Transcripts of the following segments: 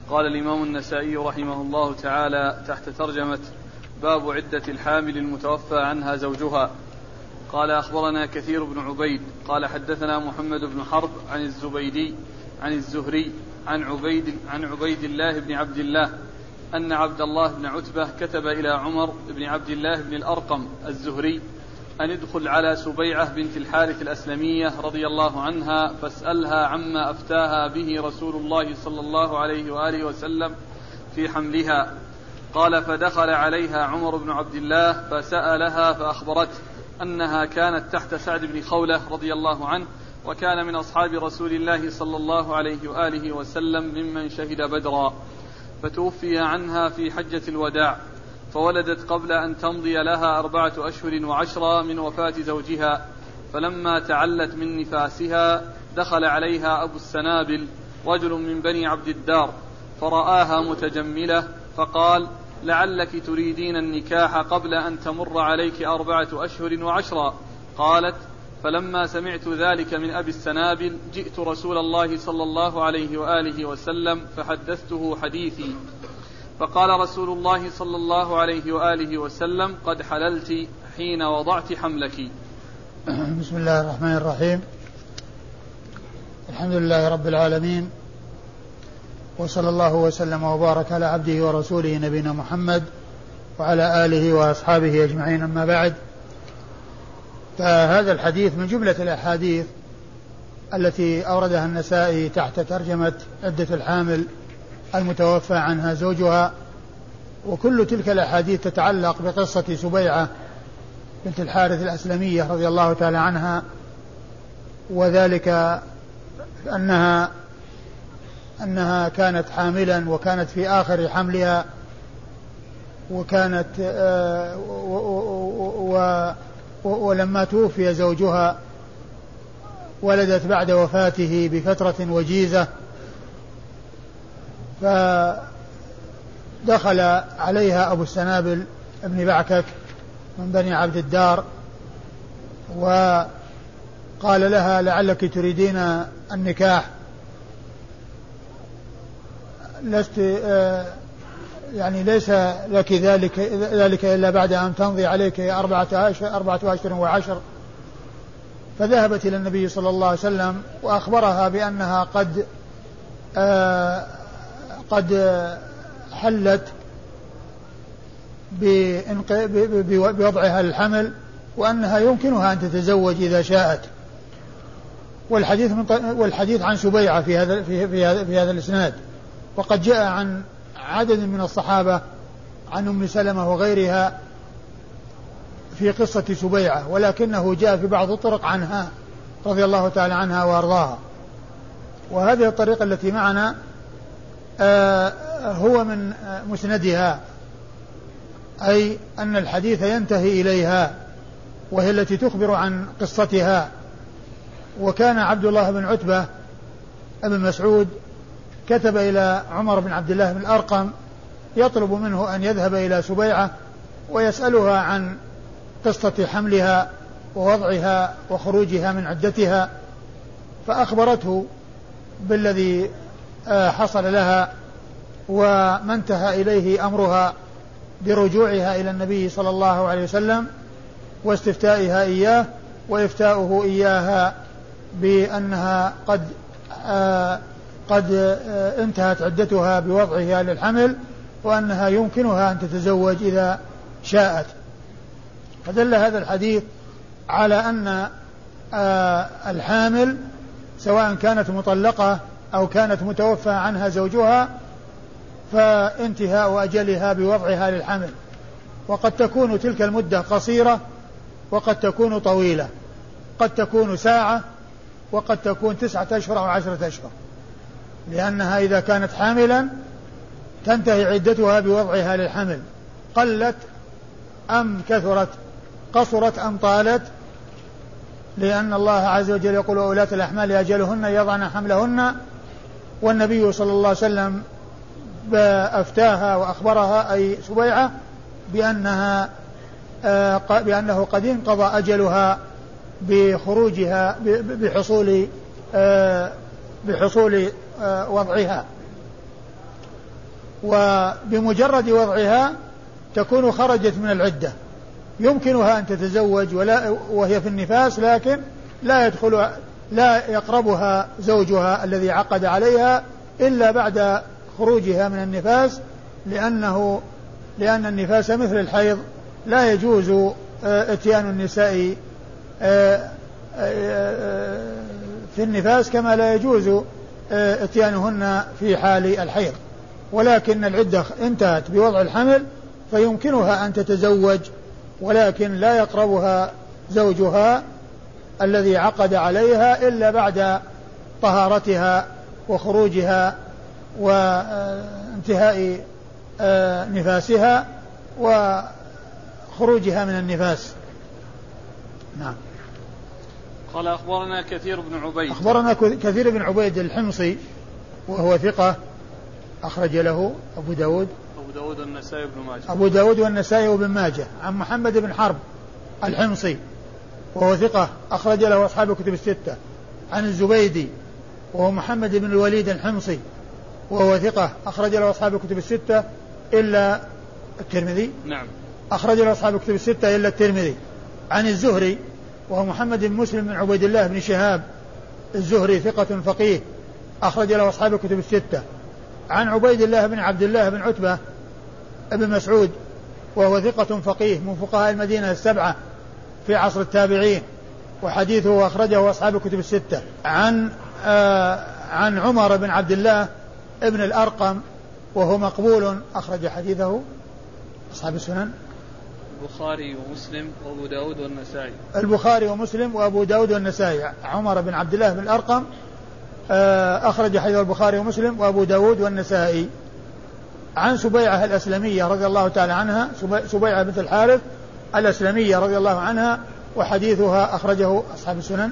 قال الإمام النسائي رحمه الله تعالى تحت ترجمة باب عدة الحامل المتوفى عنها زوجها. قال أخبرنا كثير بن عبيد قال حدثنا محمد بن حرب عن الزبيدي عن الزهري عن عبيد الله بن عبد الله أن عبد الله بن عتبة كتب إلى عمر بن عبد الله بن الأرقم الزهري أن ادخل على سبيعة بنت الحارث الأسلمية رضي الله عنها فاسألها عما أفتاها به رسول الله صلى الله عليه وآله وسلم في حملها. قال فدخل عليها عمر بن عبد الله فسألها فأخبرته أنها كانت تحت سعد بن خولة رضي الله عنه، وكان من أصحاب رسول الله صلى الله عليه وآله وسلم ممن شهد بدرا، فتوفي عنها في حجة الوداع، فولدت قبل أن تمضي لها 4 أشهر و10 من وفاة زوجها. فلما تعلت من نفاسها دخل عليها أبو السنابل رجل من بني عبد الدار فرآها متجملة فقال لعلك تريدين النكاح قبل أن تمر عليك 4 أشهر و10. قالت فلما سمعت ذلك من أبي السنابل جئت رسول الله صلى الله عليه وآله وسلم فحدثته حديثي، فقال رسول الله صلى الله عليه وآله وسلم قد حللت حين وضعت حملك. بسم الله الرحمن الرحيم. الحمد لله رب العالمين، وصلى الله وسلم وبارك على عبده ورسوله نبينا محمد وعلى آله وأصحابه أجمعين، أما بعد. فهذا الحديث من جملة الأحاديث التي أوردها النسائي تحت ترجمة عدة الحامل المتوفى عنها زوجها، وكل تلك الأحاديث تتعلق بقصة سبيعة بنت الحارث الأسلمية رضي الله تعالى عنها، وذلك أنها كانت حاملا وكانت في آخر حملها، وكانت ولما توفي زوجها ولدت بعد وفاته بفترة وجيزة، فدخل عليها أبو السنابل ابن بعكك من بني عبد الدار وقال لها لعلك تريدين النكاح، يعني ليس لك ذلك إلا بعد أن تمضي عليك 4 أشهر و10. فذهبت إلى النبي صلى الله عليه وسلم وأخبرها بأنها قد حلت بوضعها الحمل، وأنها يمكنها أن تتزوج إذا شاءت. والحديث عن سبيعة في هذا الإسناد، وقد جاء عن عدد من الصحابة عن أم سلمة وغيرها في قصة سبيعة، ولكنه جاء في بعض الطرق عنها رضي الله تعالى عنها وأرضاها. وهذه الطريقة التي معنا هو من مسندها، أي أن الحديث ينتهي إليها، وهي التي تخبر عن قصتها. وكان عبد الله بن عتبة ابن مسعود كتب إلى عمر بن عبد الله بن الأرقم يطلب منه أن يذهب إلى سبيعة ويسألها عن قصة حملها ووضعها وخروجها من عدتها، فأخبرته بالذي حصل لها وما انتهى إليه أمرها برجوعها إلى النبي صلى الله عليه وسلم واستفتائها إياه، وإفتاؤه إياها بأنها قد انتهت عدتها بوضعها للحمل، وأنها يمكنها أن تتزوج إذا شاءت. فدل هذا الحديث على أن الحامل سواء كانت مطلقة أو كانت متوفى عنها زوجها فانتهاء أجلها بوضعها للحمل، وقد تكون تلك المدة قصيرة وقد تكون طويلة، قد تكون ساعة وقد تكون 9 أشهر أو 10 أشهر، لأنها إذا كانت حاملا تنتهي عدتها بوضعها للحمل، قلت أم كثرت، قصرت أم طالت، لأن الله عز وجل يقول وأولاة الأحمال أجلهن يضعن حملهن. والنبي صلى الله عليه وسلم أفتاها وأخبرها أي سبيعة بأنه قد انقضى أجلها بخروجها بحصول وضعها. وبمجرد وضعها تكون خرجت من العدة، يمكنها أن تتزوج وهي في النفاس، لكن لا يقربها زوجها الذي عقد عليها إلا بعد خروجها من النفاس، لأن النفاس مثل الحيض لا يجوز اتيان النساء في النفاس كما لا يجوز اتيانهن في حال الحيض، ولكن العدة انتهت بوضع الحمل فيمكنها أن تتزوج، ولكن لا يقربها زوجها الذي عقد عليها إلا بعد طهارتها وخروجها وانتهاء نفاسها وخروجها من النفاس. نعم. قال أخبرنا كثير بن عبيد الحمصي وهو ثقة أخرج له أبو داود والنسائي وابن ماجه. عن محمد بن حرب الحمصي وهو ثقة أخرج له أصحاب الكتب الستة. عن الزبيدي وهو محمد بن الوليد الحمصي وهو ثقة أخرج له أصحاب الكتب الستة إلا الترمذي. نعم. أخرج له أصحاب الكتب الستة إلا الترمذي. عن الزهري وهو محمد بن مسلم بن عبيد الله بن شهاب الزهري ثقة فقيه أخرج له أصحاب الكتب الستة. عن عبيد الله بن عبد الله بن عتبة ابن مسعود وهو ثقة فقيه من فقهاء المدينة السبعة في عصر التابعين، وحديثه أخرجه أصحاب الكتب الستة. عن عمر بن عبد الله ابن الأرقم وهو مقبول أخرج حديثه أصحاب السنن البخاري ومسلم وأبو داود والنسائي. البخاري ومسلم وأبو داود والنسائي. عمر بن عبد الله بن الأرقم أخرج حديث البخاري ومسلم وأبو داود والنسائي. عن سبيعة الأسلمية رضي الله تعالى عنها، سبيعة بنت الحارث الأسلمية رضي الله عنها، وحديثها أخرجه أصحاب السنن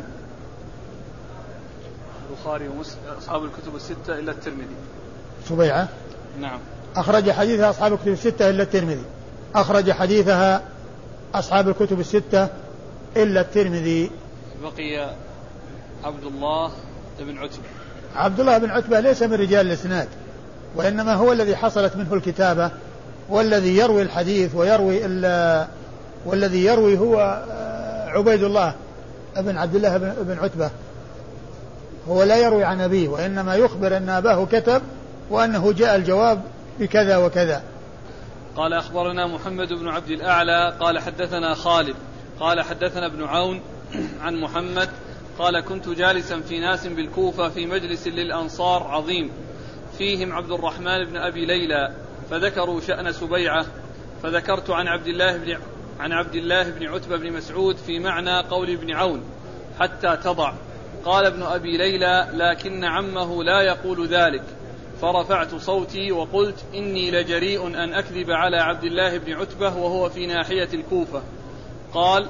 البخاري ومسلم أصحاب الكتب الستة إلا الترمذي. سبيعة نعم أخرج حديثها أصحاب الكتب الستة إلا الترمذي. أخرج حديثها أصحاب الكتب الستة إلا الترمذي. بقي عبد الله بن عتبة. عبد الله بن عتبة ليس من رجال الإسناد، وإنما هو الذي حصلت منه الكتابة، والذي يروي الحديث والذي يروي هو عبيد الله بن عبد الله بن عتبة، هو لا يروي عن أبيه، وإنما يخبر أن أباه كتب وأنه جاء الجواب بكذا وكذا. قال أخبرنا محمد بن عبد الأعلى قال حدثنا خالد قال حدثنا ابن عون عن محمد قال كنت جالسا في ناس بالكوفة في مجلس للأنصار عظيم فيهم عبد الرحمن بن أبي ليلى، فذكروا شأن سبيعة، فذكرت عن عبد الله بن عتبة بن مسعود في معنى قول ابن عون حتى تضع. قال ابن أبي ليلى لكن عمه لا يقول ذلك، فرفعت صوتي وقلت إني لجريء أن أكذب على عبد الله بن عتبة وهو في ناحية الكوفة. قال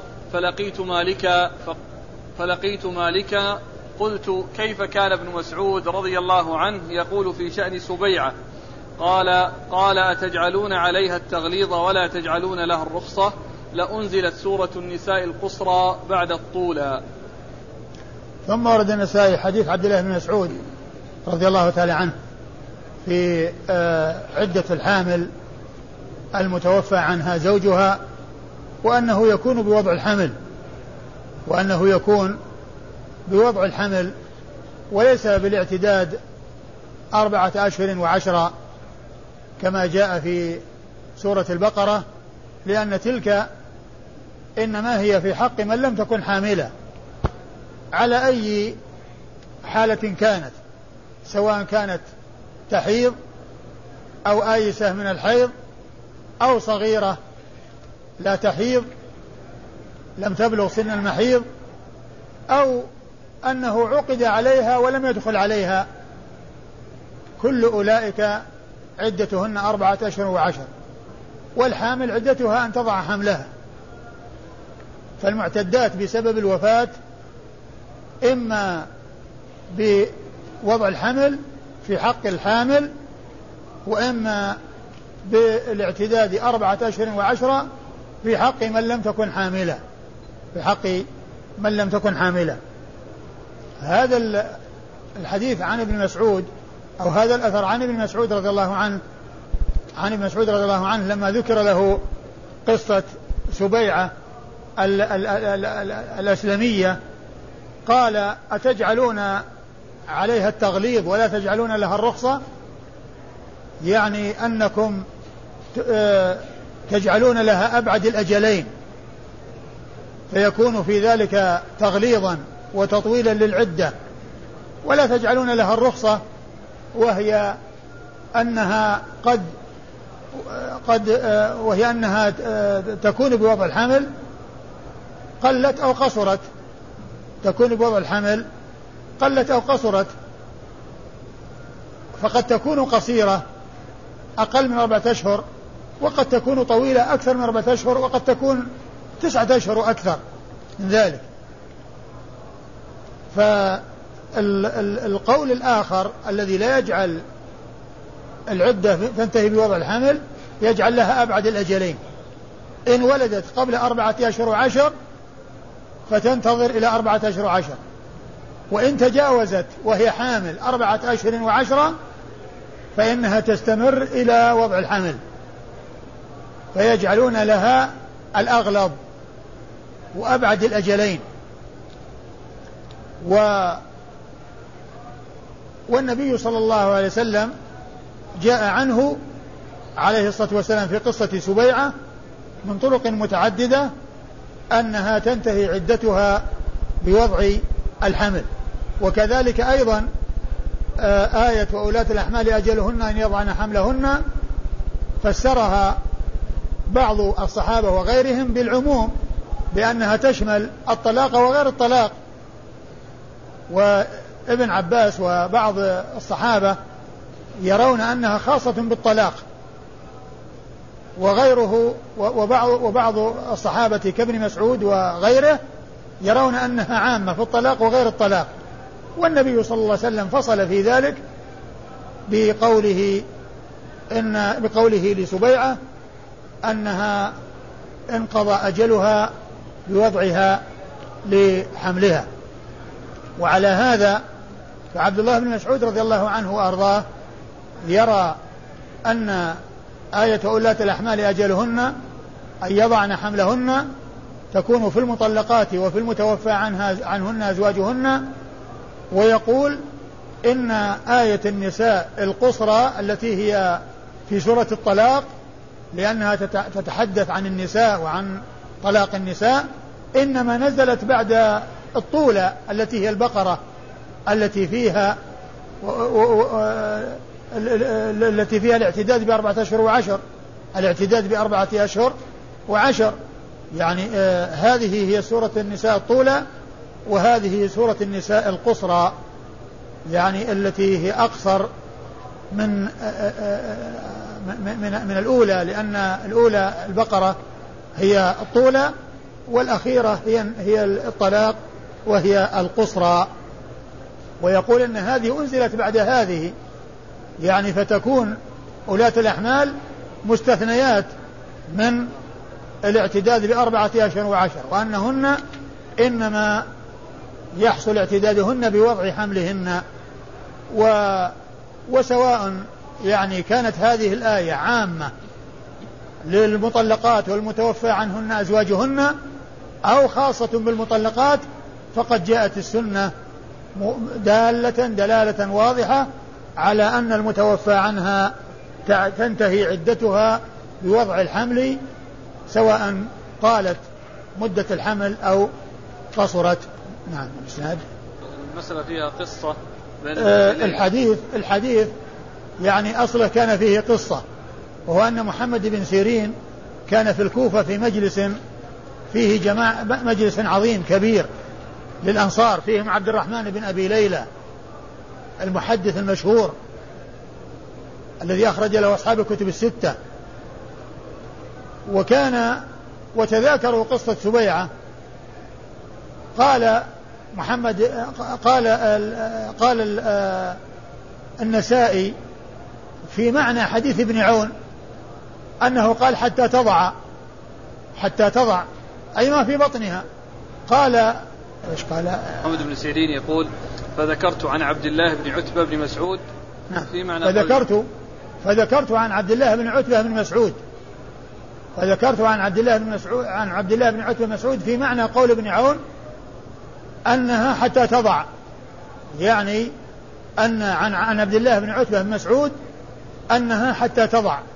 فلقيت مالكا قلت كيف كان ابن مسعود رضي الله عنه يقول في شأن سبيعة؟ قال أتجعلون عليها التغليظ ولا تجعلون لها الرخصة؟ لأنزلت سورة النساء القصرى بعد الطولى. ثم ورد النسائي حديث عبد الله بن مسعود رضي الله تعالى عنه في عدة الحامل المتوفى عنها زوجها، وأنه يكون بوضع الحمل وليس بالاعتداد 4 أشهر و10 كما جاء في سورة البقرة، لأن تلك إنما هي في حق من لم تكن حاملة على أي حالة كانت، سواء كانت تحيض أو آيسة من الحيض أو صغيرة لا تحيض لم تبلغ سن المحيض، أو أنه عقد عليها ولم يدخل عليها، كل أولئك عدتهن 4 أشهر و10. والحامل عدتها أن تضع حملها. فالمعتدات بسبب الوفاة إما بوضع الحمل في حق الحامل، وإما بالاعتداد 4 أشهر و10 في حق من لم تكن حاملة. هذا الحديث عن ابن مسعود أو هذا الأثر عن ابن مسعود رضي الله عنه عن ابن مسعود رضي الله عنه لما ذكر له قصة سبيعة الأسلمية قال أتجعلون عليها التغليظ ولا تجعلون لها الرخصة؟ يعني أنكم تجعلون لها أبعد الأجلين فيكون في ذلك تغليظا وتطويلا للعدة، ولا تجعلون لها الرخصة وهي أنها وهي أنها تكون بوضع الحمل قلت أو قصرت، تكون بوضع الحمل قلت أو قصرت، فقد تكون قصيرة أقل من 4 أشهر، وقد تكون طويلة أكثر من 4 أشهر، وقد تكون 9 أشهر وأكثر من ذلك. فالقول الآخر الذي لا يجعل العدة تنتهي بوضع الحمل يجعل لها أبعد الأجلين، إن ولدت قبل 4 أشهر و10 فتنتظر إلى 4 أشهر و10، وإن تجاوزت وهي حامل 4 أشهر و10 فإنها تستمر إلى وضع الحمل، فيجعلون لها الأغلظ وأبعد الأجلين. والنبي صلى الله عليه وسلم جاء عنه عليه الصلاة والسلام في قصة سبيعة من طرق متعددة أنها تنتهي عدتها بوضع الحمل. وكذلك أيضا آية وأولاة الأحمال أجلهن أن يضعن حملهن فسرها بعض الصحابة وغيرهم بالعموم بأنها تشمل الطلاق وغير الطلاق، وابن عباس وبعض الصحابة يرون أنها خاصة بالطلاق، وغيره وبعض الصحابة كابن مسعود وغيره يرون أنها عامة في الطلاق وغير الطلاق. والنبي صلى الله عليه وسلم فصل في ذلك بقوله لسبيعة أنها انقضى أجلها بوضعها لحملها. وعلى هذا فعبد الله بن مسعود رضي الله عنه وأرضاه يرى أن آية أولاة الأحمال أجلهن أن يضعن حملهن تكون في المطلقات وفي المتوفى عنهن أزواجهن، ويقول إن آية النساء القصرى التي هي في سورة الطلاق لأنها تتحدث عن النساء وعن طلاق النساء إنما نزلت بعد الطولة التي هي البقرة التي فيها الاعتداد ب4 أشهر و10، الاعتداد ب4 أشهر و10، يعني هذه هي سورة النساء الطولة وهذه هي سورة النساء القصرى، يعني التي هي أقصر من الأولى، لأن الأولى البقرة هي الطولة والأخيرة هي الطلاق وهي القصرى. ويقول أن هذه أنزلت بعد هذه، يعني فتكون أولاة الأحمال مستثنيات من الاعتداد ب4 أشهر و10، وأنهن إنما يحصل اعتدادهن بوضع حملهن. وسواء يعني كانت هذه الآية عامة للمطلقات والمتوفى عنهن أزواجهن أو خاصة بالمطلقات، فقد جاءت السنة دلالة واضحة على أن المتوفى عنها تنتهي عدتها بوضع الحمل سواء طالت مدة الحمل أو قصرت. نعم. الإسناد المسألة فيها قصة بين الحديث يعني أصله كان فيه قصة، وهو أن محمد بن سيرين كان في الكوفة في مجلس فيه مجلس عظيم كبير للأنصار، فيهم عبد الرحمن بن أبي ليلى المحدث المشهور الذي أخرج له أصحاب الكتب الستة. وتذاكروا قصة سبيعة. قال النسائي في معنى حديث ابن عون أنه قال حتى تضع أي ما في بطنها. قال إيش قال محمد بن سيرين يقول فذكرت عن عبد الله بن عتبة بن مسعود نعم. في معنى فذكرت عن عبد الله بن عتبة بن مسعود، عن عبد الله بن عتبة بن مسعود في معنى قول ابن عون أنها حتى تضع، يعني أن عن عبد الله بن عتبة بن مسعود أنها حتى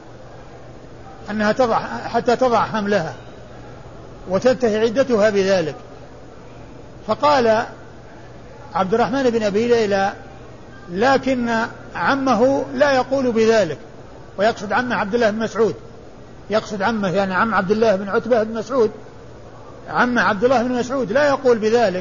تضع حملها وتنتهي عدتها بذلك. فقال عبد الرحمن بن أبي ليلى لكن عمه لا يقول بذلك، ويقصد عمه عبد الله بن مسعود، يقصد عمه يعني عم عبد الله بن عتبة بن مسعود، عم عبد الله بن مسعود لا يقول بذلك،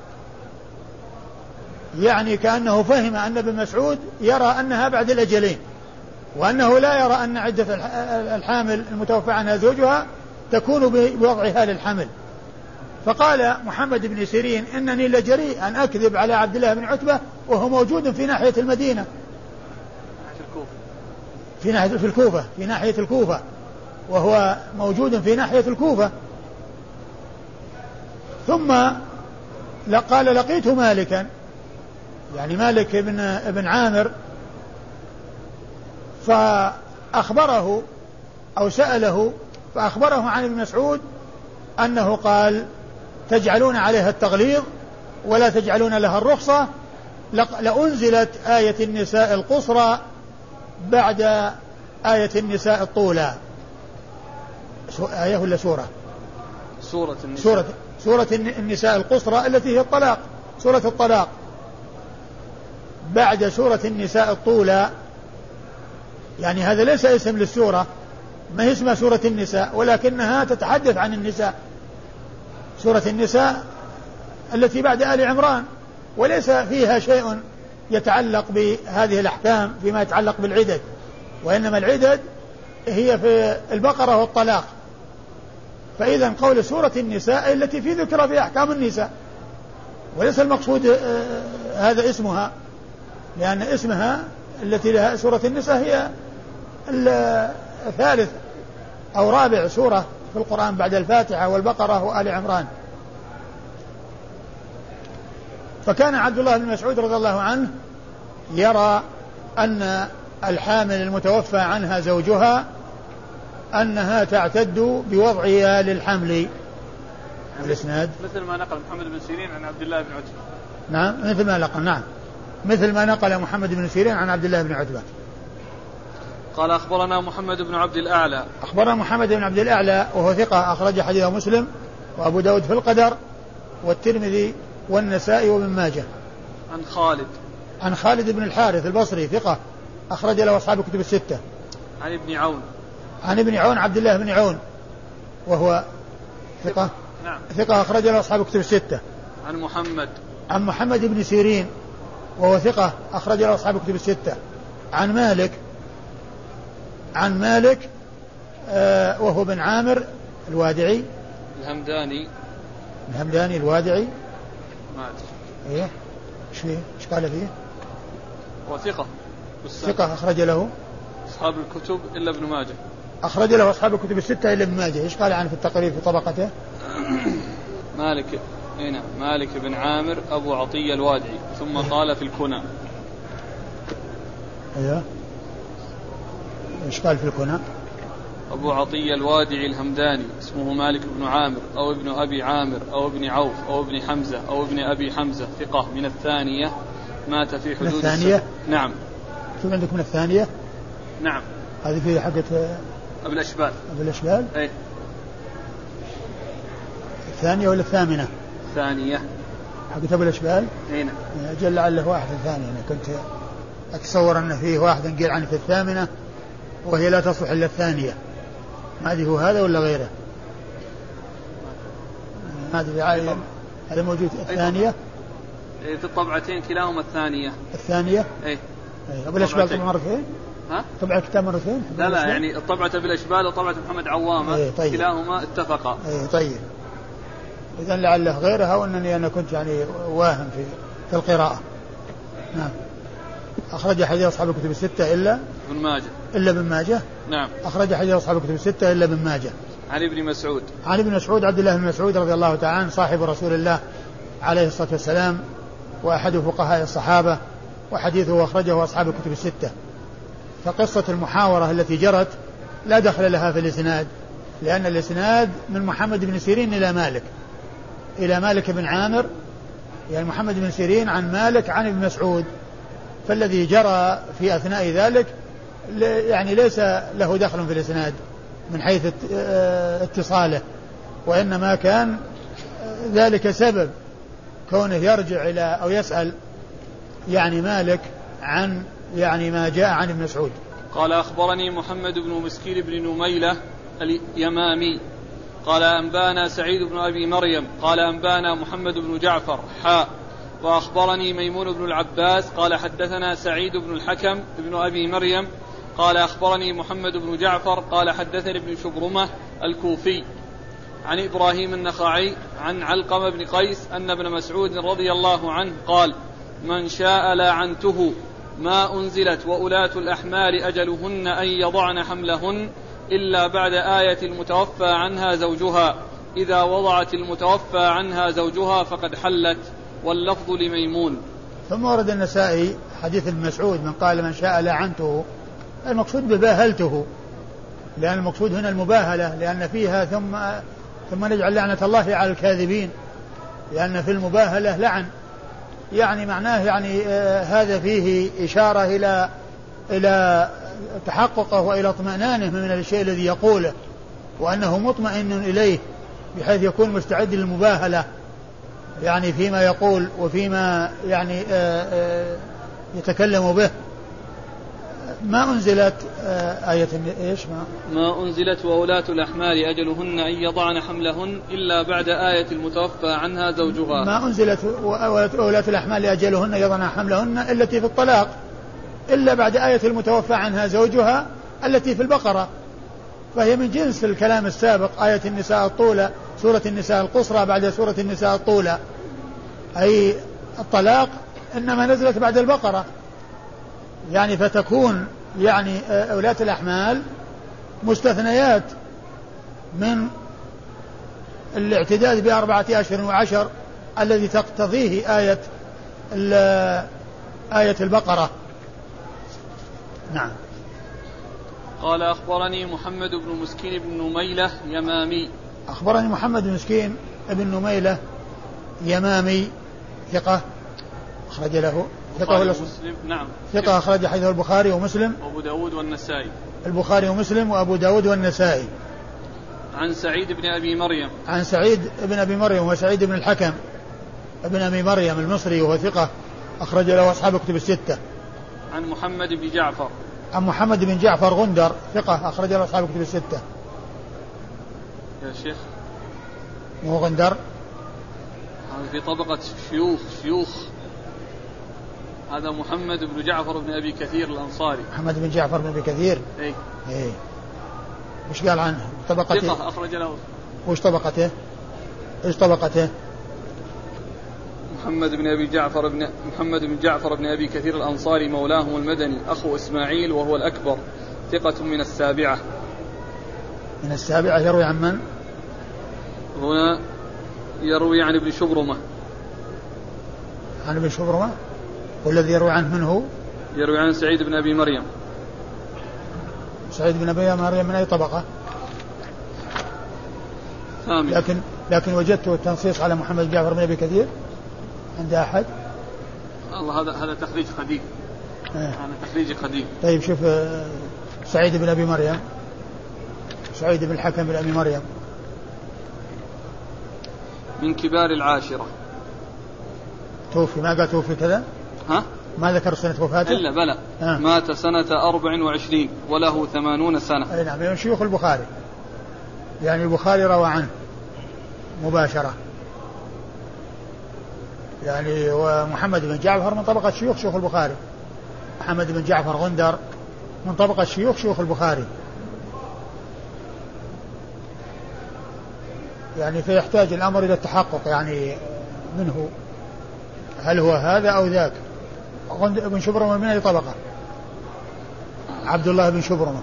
يعني كأنه فهم أن ابن مسعود يرى أنها بعد الأجلين، وأنه لا يرى أن عدة الحامل المتوفى عنها زوجها تكون بوضعها للحمل. فقال محمد بن سيرين إنني لجريء أن أكذب على عبد الله بن عتبة وهو موجود في ناحية المدينة، في ناحية الكوفة، وهو موجود في ناحية الكوفة. ثم قال لقيت مالكا، يعني مالك بن عامر، فأخبره أو سأله فأخبره عن ابن مسعود أنه قال تجعلون عليها التغليظ ولا تجعلون لها الرخصة، لأنزلت آية النساء القصرى بعد آية النساء الطولى. آية ولا سورة؟ سورة النساء القصرى التي هي الطلاق، سورة الطلاق بعد سورة النساء الطولى. يعني هذا ليس اسم للسورة، ما هي اسمها سورة النساء، ولكنها تتحدث عن النساء، سورة النساء التي بعد آل عمران، وليس فيها شيء يتعلق بهذه الأحكام فيما يتعلق بالعدد، وإنما العدد هي في البقرة والطلاق. فإذا قول سورة النساء التي في ذكر في أحكام النساء، وليس المقصود هذا اسمها، لأن اسمها التي لها سورة النساء هي الثالث أو رابع سورة في القرآن بعد الفاتحة والبقرة وآل عمران. فكان عبد الله بن مسعود رضي الله عنه يرى أن الحامل المتوفى عنها زوجها أنها تعتد بوضعها للحمل. الإسناد مثل ما نقل محمد بن سيرين عن عبد الله بن عتبة. نعم مثل ما نقل محمد بن سيرين عن عبد الله بن عتبة. قال أخبرنا محمد بن عبد الأعلى. أخبرنا محمد بن عبد الأعلى وهو ثقة أخرج حديثه مسلم وأبو داود في القدر والترمذي والنسائي وابن ماجه. عن خالد بن الحارث البصري ثقة أخرج له أصحاب الكتب الستة. عن ابن عون عبد الله بن عون وهو ثقة ثقة أخرج له أصحاب الكتب الستة. عن محمد بن سيرين وهو ثقة أخرج له أصحاب الكتب الستة. عن مالك وهو بن عامر الوادعي الهمداني الوادعي. ايه ايش قال فيه؟ ثقة أخرج له أصحاب الكتب إلا ابن ماجه. أخرج له أصحاب الكتب الستة إلا ابن ماجه. ايش قال عنه في التقريب في طبقته؟ مالك بن عامر أبو عطية الوادعي. ثم قال في الكنى. ايوه ايش قال في الكنى؟ أبو عطية الوادعي الهمداني اسمه مالك بن عامر أو ابن أبي عامر أو ابن عوف أو ابن حمزة أو ابن أبي حمزة ثقة من الثانية مات في حدود الثانية. نعم. شو عندك من الثانية؟ نعم هذه في حقة أبو الأشبال. أي الثانية ولا الثامنة؟ الثانية حقة أبو الأشبال. هنا أجل لعله واحد الثانية. أنا كنت أتصور أن فيه واحد قيل عنه في الثامنة وهي لا تصلح إلا الثانية. ما أدري هو هذا ولا غيره، ما أدري. هذا موجود الثانية في الطبعتين كلاهما الثانية. أي أبو الأشبال طبعا مرتين. طبع الكتاب مرتين. لا يعني الطبعة بالأشبال وطبعة محمد عوامة طيب. كلاهما اتفقا. طيب إذن لعله غيرها وأنني أنا كنت يعني واهم في القراءة. نعم. أخرج حديث أصحاب الكتب الستة إلا ابن ماجه. نعم. أخرج حديث أصحاب الكتب الستة إلا ابن ماجه. عن ابن مسعود عبد الله بن مسعود رضي الله تعالى عنه صاحب رسول الله عليه الصلاة والسلام وأحد فقهاء الصحابة، وحديثه أخرجه أصحاب الكتب الستة. فقصة المحاورة التي جرت لا دخل لها في الإسناد، لأن الإسناد من محمد بن سيرين إلى مالك بن عامر، يعني محمد بن سيرين عن مالك عن ابن مسعود، فالذي جرى في أثناء ذلك يعني ليس له دخل في الإسناد من حيث اتصاله، وإنما كان ذلك سبب كونه يرجع إلى أو يسأل يعني مالك عن يعني ما جاء عن ابن مسعود. قال أخبرني محمد بن مسكين بن نميلة اليمامي قال أنبانا سعيد بن أبي مريم قال أنبانا محمد بن جعفر وأخبرني ميمون بن العباس قال حدثنا سعيد بن الحكم بن أبي مريم قال أخبرني محمد بن جعفر قال حدثني ابن شبرمة الكوفي عن إبراهيم النخعي عن علقمة بن قيس أن ابن مسعود رضي الله عنه قال من شاء لعنته ما أنزلت وأولاة الأحمال أجلهن أن يضعن حملهن إلا بعد آية المتوفى عنها زوجها إذا وضعت المتوفى عنها زوجها فقد حلت، واللفظ لميمون. ثم ورد النسائي حديث ابن مسعود من قال من شاء لعنته، المقصود بباهلته، لأن المقصود هنا المباهلة، لأن فيها ثم نجعل لعنة الله على الكاذبين، لأن في المباهلة لعن، يعني معناه يعني هذا فيه إشارة إلى تحققه وإلى اطمئنانه من الشيء الذي يقوله، وأنه مطمئن إليه بحيث يكون مستعد للمباهلة يعني فيما يقول وفيما يعني يتكلم به. ما أنزلت آية إيش ما أنزلت وأولاة الأحمال أجلهن أن يضعن حملهن إلا بعد آية المتوفى عنها زوجها. ما أنزلت وأولاة الأحمال أجلهن يضعن حملهن التي في الطلاق إلا بعد آية المتوفى عنها زوجها التي في البقرة، فهي من جنس الكلام السابق، آية النساء الطولى، سورة النساء القصرى بعد سورة النساء الطولى، أي الطلاق إنما نزلت بعد البقرة، يعني فتكون يعني أولاة الأحمال مستثنيات من الاعتداد ب4 أشهر و10 الذي تقتضيه آية البقرة. نعم. قال أخبرني محمد بن مسكين بن نميلة يمامي. أخبرني محمد بن مسكين بن نميلة يمامي ثقة أخرج له مسلم. نعم. ثقة أخرج حديثه البخاري ومسلم وأبو داود والنسائي. البخاري ومسلم وأبو داود والنسائي. عن سعيد بن أبي مريم. عن سعيد بن أبي مريم وسعيد بن الحكم ابن أبي مريم المصري وهو ثقة أخرج له أصحاب كتب الستة. عن محمد بن جعفر. عن محمد بن جعفر غندر ثقة أخرج له أصحاب كتب الستة. يا شيخ مو غندر هذا في طبقة شيوخ هذا محمد بن جعفر بن أبي كثير الأنصاري. محمد بن جعفر بن أبي كثير إيه وش قال عنه طبقته؟ ثقة أخرج له. وش طبقته؟ إيش طبقته؟ محمد بن جعفر بن أبي كثير الأنصاري مولاهم المدني أخو إسماعيل وهو الأكبر ثقة من السابعة. من السابعة يروي عن من؟ هنا يروي عن ابن شبرمة. عن ابن شبرمة؟ والذي يروي عنه من هو؟ يروي عن سعيد بن أبي مريم. سعيد بن أبي مريم من أي طبقة؟ ثامن. لكن وجدت التنصيص على محمد بن جعفر بن أبي كثير عند أحد؟ الله هذا تخريج قديم. هذا تخريج قديم. طيب شوف سعيد بن أبي مريم، سعيد بن الحكم بن أبي مريم من كبار العاشرة. توفي ما قال توفي كذا؟ ما ذكر سنة وفاته؟ إلا بلى. مات سنة 24 وله 80 سنة. أي نعم من شيوخ البخاري، يعني البخاري روى عنه مباشرة، يعني ومحمد بن جعفر من طبقة شيوخ البخاري. محمد بن جعفر غندر من طبقة شيوخ البخاري، يعني فيحتاج الأمر إلى التحقق يعني منه هل هو هذا أو ذاك. بن شبرمة من أي طبقة؟ عبد الله بن شبرمة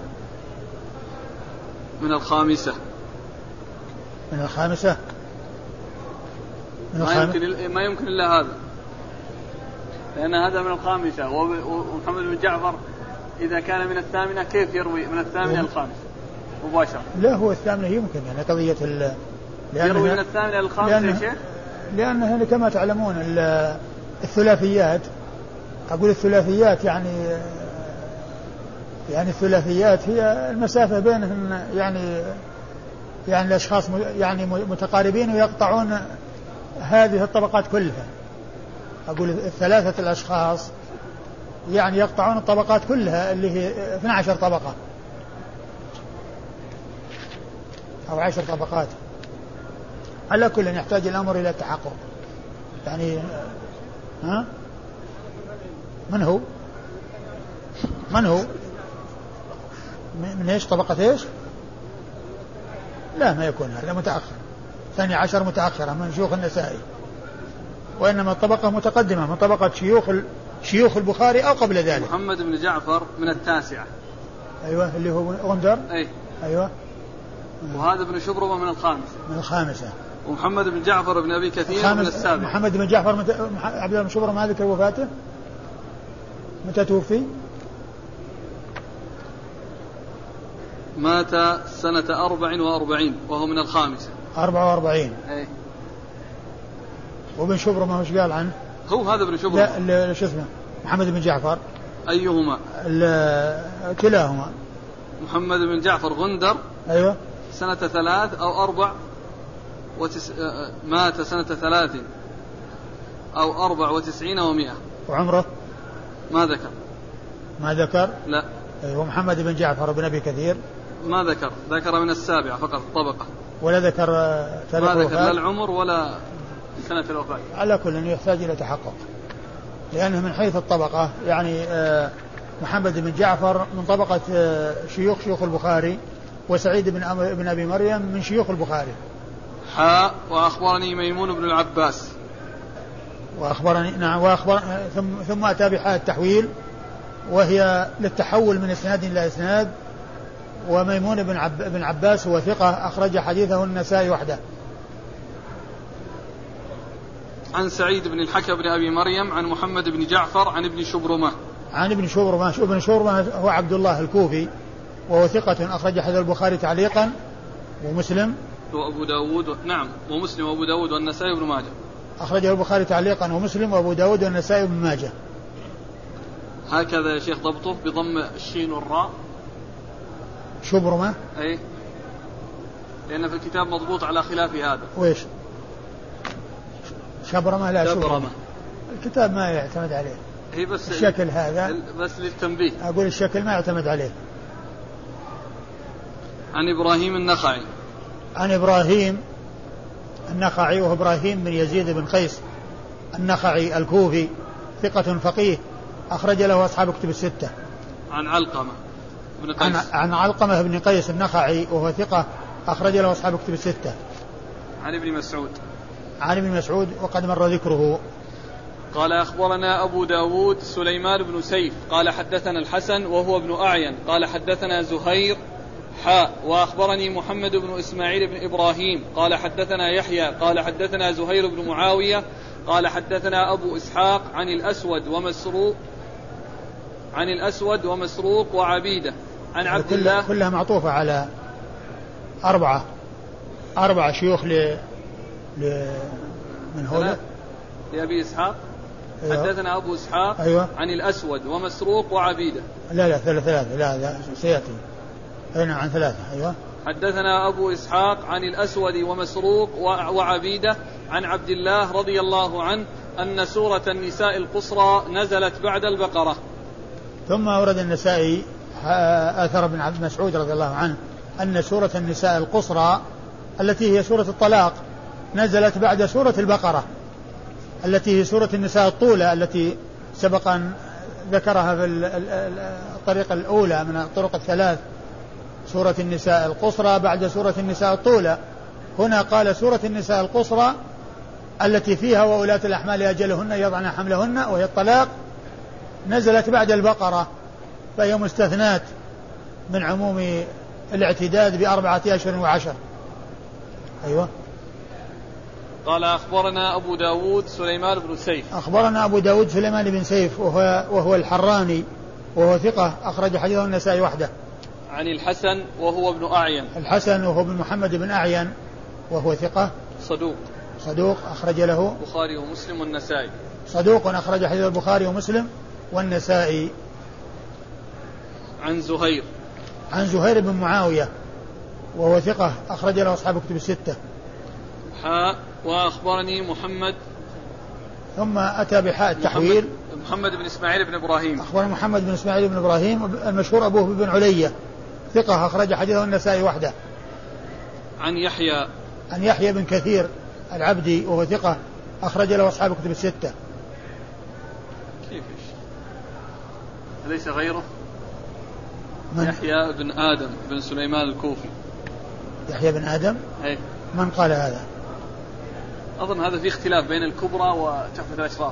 من الخامسة. من الخامسة؟ ما يمكن إلا هذا، لأن هذا من الخامسة، ومحمد بن جعفر إذا كان من الثامنة كيف يروي من الثامنة الخامسة مباشرة؟ لا هو الثامنة يمكن يعني قضية يروي من الثامنة الخامسة يا شيخ؟ لأنه كما تعلمون الثلاثيات، أقول الثلاثيات يعني الثلاثيات هي المسافة بينهم يعني الأشخاص يعني متقاربين ويقطعون هذه الطبقات كلها. أقول الثلاثة الأشخاص يعني يقطعون الطبقات كلها اللي هي 12 طبقة أو 10 طبقات. على كل يحتاج الأمر إلى التحقق يعني. ها من هو من ايش طبقة ايش؟ لا ما يكون هذا متأخر، 12 متأخرة من شيوخ النسائي، وإنما الطبقة متقدمة من طبقة شيوخ البخاري أو قبل ذلك. محمد بن جعفر من التاسعة. أيوة اللي هو غندر. أيوة. وهذا ابن شبرمة من الخامسة. ومحمد بن جعفر بن أبي كثير من السابعة. محمد بن جعفر عبد الله بن شبرمة ما ذكر وفاته متى توفي؟ مات سنة 44 وهو من الخامسة. 44. أي. وابن شبرمة وش قال عنه؟ هو هذا ابن شبرمة. لا شو اسمه؟ محمد بن جعفر. أيهما؟ كلاهما. محمد بن جعفر غندر. أيوة. سنة 3 أو 4 مات سنة 3 أو 94 و100. وعمره؟ ما ذكر. لا. أيوة. محمد بن جعفر بن أبي كثير ما ذكر من السابعة فقط طبقة. ولا ذكر ما ذكر لا العمر ولا سنة الوفاة. على كل يحتاج إلى تحقق، لأنه من حيث الطبقة يعني محمد بن جعفر من طبقة شيوخ البخاري، وسعيد بن أبي مريم من شيوخ البخاري. وأخبرني ميمون بن العباس. ثم أتى بحاء التحويل وهي للتحول من إسناد إلى إسناد. وميمون بن عباس هو ثقة أخرج حديثه النسائي وحده. عن سعيد بن الحكم بن أبي مريم عن محمد بن جعفر عن ابن شبرمة. ابن شبرمة هو عبد الله الكوفي وهو ثقة أخرج حديث البخاري تعليقا ومسلم وأبو داود. نعم ومسلم وأبو داود والنسائي وابن ماجه. أخرجه البخاري تعليقا ومسلم وأبو داود والنسائي وابن ماجه. هكذا يا شيخ ضبطه بضم الشين والراء. شبرمة. أي لأن في الكتاب مضبوط على خلاف هذا. وإيش؟ شبرمة لا شبرمة. الكتاب ما يعتمد عليه. هي بس الشكل هذا بس للتنبيه. أقول الشكل ما يعتمد عليه. عن إبراهيم النخعي. عن إبراهيم النخعي وهو إبراهيم بن يزيد بن قيس النخعي الكوفي ثقة فقيه أخرج له أصحاب كتب الستة. عن علقمة بن قيس. عن علقمة بن قيس النخعي وهو ثقة أخرج له أصحاب كتب الستة. عن ابن مسعود وقد مر ذكره. قال أخبرنا أبو داود سليمان بن سيف قال حدثنا الحسن وهو ابن أعين قال حدثنا زهير وأخبرني محمد بن إسماعيل بن إبراهيم قال حدثنا يحيى قال حدثنا زهير بن معاوية قال حدثنا أبو إسحاق عن الأسود ومسروق وعبيدة عن عبد الله. كلها معطوفة على أربعة شيوخ من هؤلاء لأبي إسحاق. أيوة. حدثنا أبو إسحاق. أيوة. عن الأسود ومسروق وعبيدة. لا ثلاثة لا سيأتي هنا عن ثلاثة. أيوة. حدثنا أبو إسحاق عن الأسود ومسروق وعبيدة عن عبد الله رضي الله عنه أن سورة النساء القصرى نزلت بعد البقرة. ثم أورد النسائي أثر ابن عبد مسعود رضي الله عنه أن سورة النساء القصرى التي هي سورة الطلاق نزلت بعد سورة البقرة التي هي سورة النساء الطولة التي سبق أن ذكرها في الطريقة الأولى من الطرق الثلاث. سورة النساء القصرى بعد سورة النساء الطولة. هنا قال سورة النساء القصرى التي فيها وولاة الأحمال أجلهن يضعن حملهن وهي الطلاق نزلت بعد البقرة فهي مستثنات من عموم الاعتداد ب4 أشهر و10. أيوة. قال أخبرنا أبو داود سليمان بن سيف. أخبرنا أبو داود سليمان بن سيف وهو الحراني وهو ثقة أخرج حديثه النسائي وحده. عن الحسن وهو ابن أعين. الحسن وهو ابن محمد بن أعين وهو ثقة صدوق أخرج له البخاري ومسلم والنسائي. صدوق أخرج حديث البخاري ومسلم والنسائي. عن زهير بن معاوية وهو ثقة أخرج له أصحاب كتب الستة. وأخبرني محمد، ثم أتى بحاء التحويل. محمد بن إسماعيل بن إبراهيم. أخبرنا محمد بن إسماعيل بن إبراهيم المشهور أبوه بن علية ثقة أخرج حديثه النسائي وحده. عن يحيى بن كثير العبدي وهو ثقة أخرج له أصحاب كتب الستة. كيف أليس غيره؟ يحيى بن آدم بن سليمان الكوفي. يحيى بن آدم؟ أي. من قال هذا؟ أظن هذا في اختلاف بين الكبرى وتحفة الأشراف.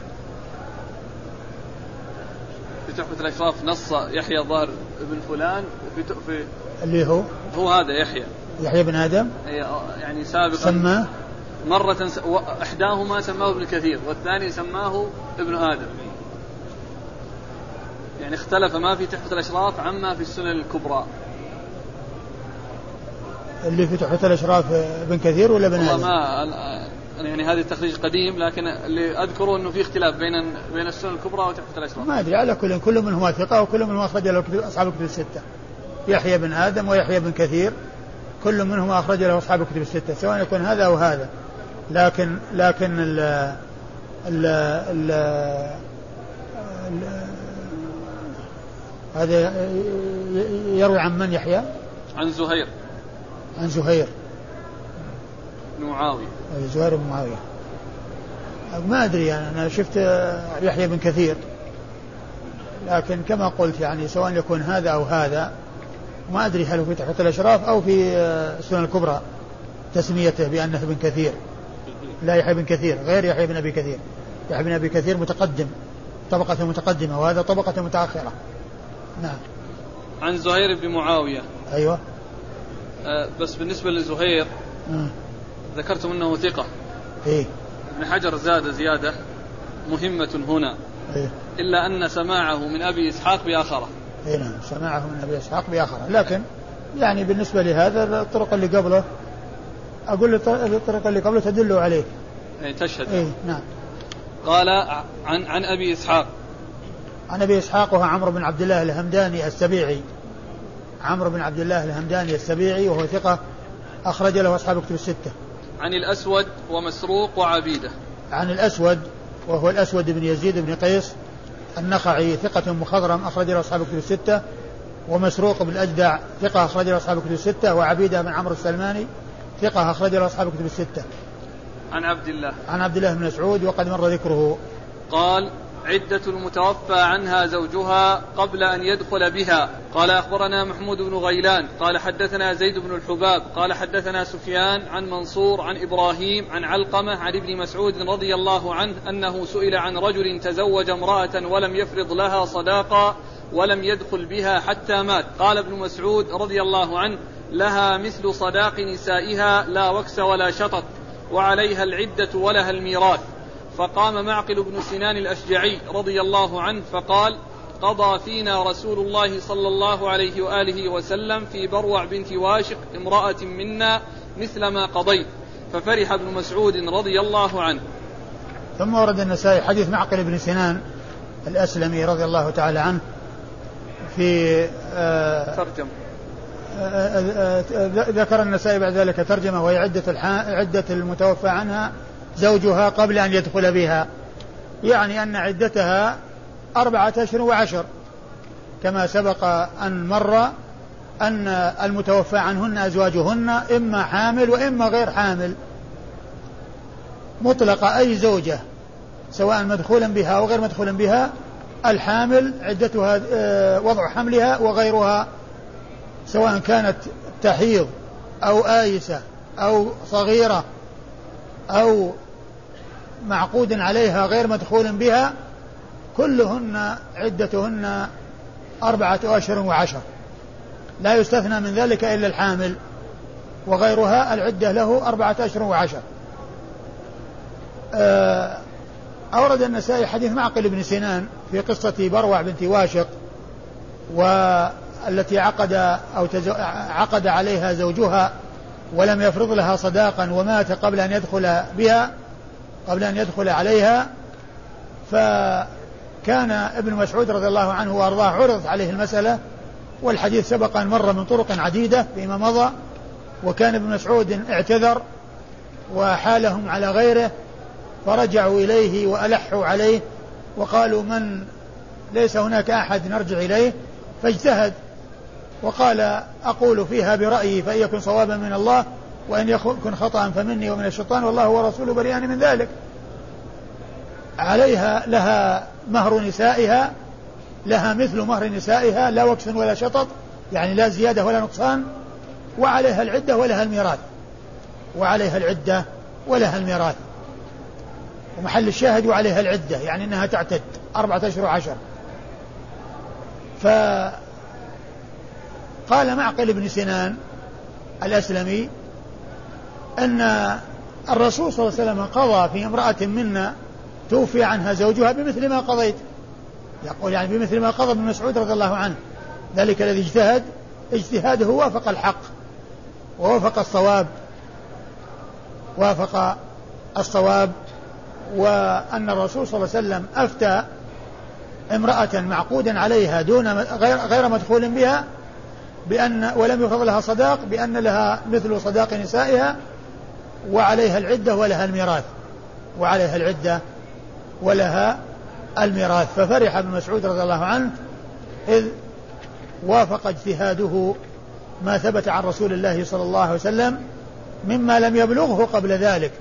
في تحفة الأشراف نص يحيى ظاهر بن فلان في اللي هو هذا يحيى بن آدم. يعني سابقا سماه مرة إحداهما سماه ابن كثير والثاني سماه ابن آدم، يعني اختلف ما في تحفة الأشراف عما في السنن الكبرى. اللي في تحفة الأشراف ابن كثير ولا ابن آدم؟ يعني هذا التخريج قديم، لكن اللي أذكره أنه في اختلاف بين السنن الكبرى وتحفة الأشراف. ما أدري، على كل منهما ثقة وكل منهما أخرج له أصحاب الكتب الستة. يحيى بن آدم ويحيى بن كثير كل منهما أخرج له أصحاب الكتب الستة، سواء يكون هذا أو هذا. لكن هذا يروي عن من؟ يحيى عن زهير بن معاوية. زهير بن معاوية. ما أدري يعني، أنا شفت يحيى بن كثير، لكن كما قلت يعني سواء يكون هذا أو هذا، ما أدري هل في تحفة الأشراف أو في السنن الكبرى تسميته بأنه ابن كثير. لا، يحيى بن كثير غير يحيى بن أبي كثير. يحيى بن أبي كثير متقدم، طبقة متقدمة، وهذا طبقة متأخرة. نعم. عن زهير بن معاوية. أيوة. بس بالنسبة لزهير ذكرتم أنه ثقة. إيه؟ ابن حجر زاد زيادة مهمة هنا. إيه؟ إلا أن سماعه من أبي إسحاق بآخره. إيه نعم، سماعه من أبي إسحاق بآخره، لكن يعني بالنسبة لهذا الطرق اللي قبله، أقول الطرق اللي قبله تدل عليه. إيه تشهد. إيه نعم. قال عن أبي إسحاق. عن أبي إسحاق وهو عمرو بن عبد الله الهمداني السبيعي. عمرو بن عبد الله الهمداني السبيعي وهو ثقة أخرج له أصحاب كتب الستة. عن الأسود ومسروق وعبيدة. عن الأسود وهو الأسود بن يزيد بن قيس النخعي ثقة مخضرم أخرج له أصحاب كتب الستة. ومسروق بن الأجدع ثقة أخرج له أصحاب كتب الستة. وعبيدة بن عمرو السلماني ثقة أخرج له أصحاب كتب الستة. عن عبد الله بن مسعود وقد مر ذكره. قال: عدة المتوفى عنها زوجها قبل أن يدخل بها. قال: أخبرنا محمود بن غيلان قال حدثنا زيد بن الحباب قال حدثنا سفيان عن منصور عن إبراهيم عن علقمة عن ابن مسعود رضي الله عنه أنه سئل عن رجل تزوج امرأة ولم يفرض لها صداقا ولم يدخل بها حتى مات. قال ابن مسعود رضي الله عنه: لها مثل صداق نسائها لا وكس ولا شطط، وعليها العدة ولها الميراث. فقام معقل بن سنان الأشجعي رضي الله عنه فقال: قضى فينا رسول الله صلى الله عليه وآله وسلم في بروع بنت واشق امرأة منا مثل ما قضيت. ففرح ابن مسعود رضي الله عنه. ثم ورد النسائي حديث معقل بن سنان الأسلمي رضي الله تعالى عنه في ترجم. ذكر النسائي بعد ذلك ترجمة، وهي عدة المتوفى عنها زوجها قبل أن يدخل بها، يعني أن عدتها 4 أشهر و10، كما سبق أن مر أن المتوفى عنهن أزواجهن إما حامل وإما غير حامل مطلقة. أي زوجة سواء مدخولا بها أو غير مدخولا بها، الحامل عدتها وضع حملها، وغيرها سواء كانت تحيض أو آيسة أو صغيرة أو معقود عليها غير مدخول بها، كلهن عدتهن 4 أشهر و10، لا يستثنى من ذلك إلا الحامل، وغيرها العدة له 4 أشهر و10. أورد النسائي حديث معقل بن سنان في قصة بروع بنت واشق والتي عقد عليها زوجها ولم يفرض لها صداقا ومات قبل أن يدخل عليها، فكان ابن مسعود رضي الله عنه وأرضاه عرض عليه المسألة، والحديث سبق أن مر من طرق عديدة فيما مضى، وكان ابن مسعود اعتذر وحالهم على غيره، فرجعوا إليه وألحوا عليه وقالوا من ليس هناك أحد نرجع إليه، فاجتهد وقال أقول فيها برأيي فإن يكن صوابا من الله وإن يكن خطأ فمني ومن الشيطان والله ورسوله بريئان من ذلك. عليها لها مهر نسائها، لها مثل مهر نسائها لا وكس ولا شطط، يعني لا زيادة ولا نقصان، وعليها العدة ولها الميراث، ومحل الشاهد وعليها العدة يعني أنها تعتد 4 أشهر وعشر. فقال معقل بن سنان الأسلمي أن الرسول صلى الله عليه وسلم قضى في امرأة منا توفي عنها زوجها بمثل ما قضيت، يقول يعني بمثل ما قضى ابن مسعود رضي الله عنه، ذلك الذي اجتهد اجتهاده وافق الحق ووافق الصواب، وأن الرسول صلى الله عليه وسلم أفتى امرأة معقودا عليها دون غير مدخول بها ولم يفرض لها صداق بأن لها مثل صداق نسائها وعليها العدة ولها الميراث. ففرح ابن مسعود رضي الله عنه إذ وافق اجتهاده ما ثبت عن رسول الله صلى الله عليه وسلم مما لم يبلغه قبل ذلك،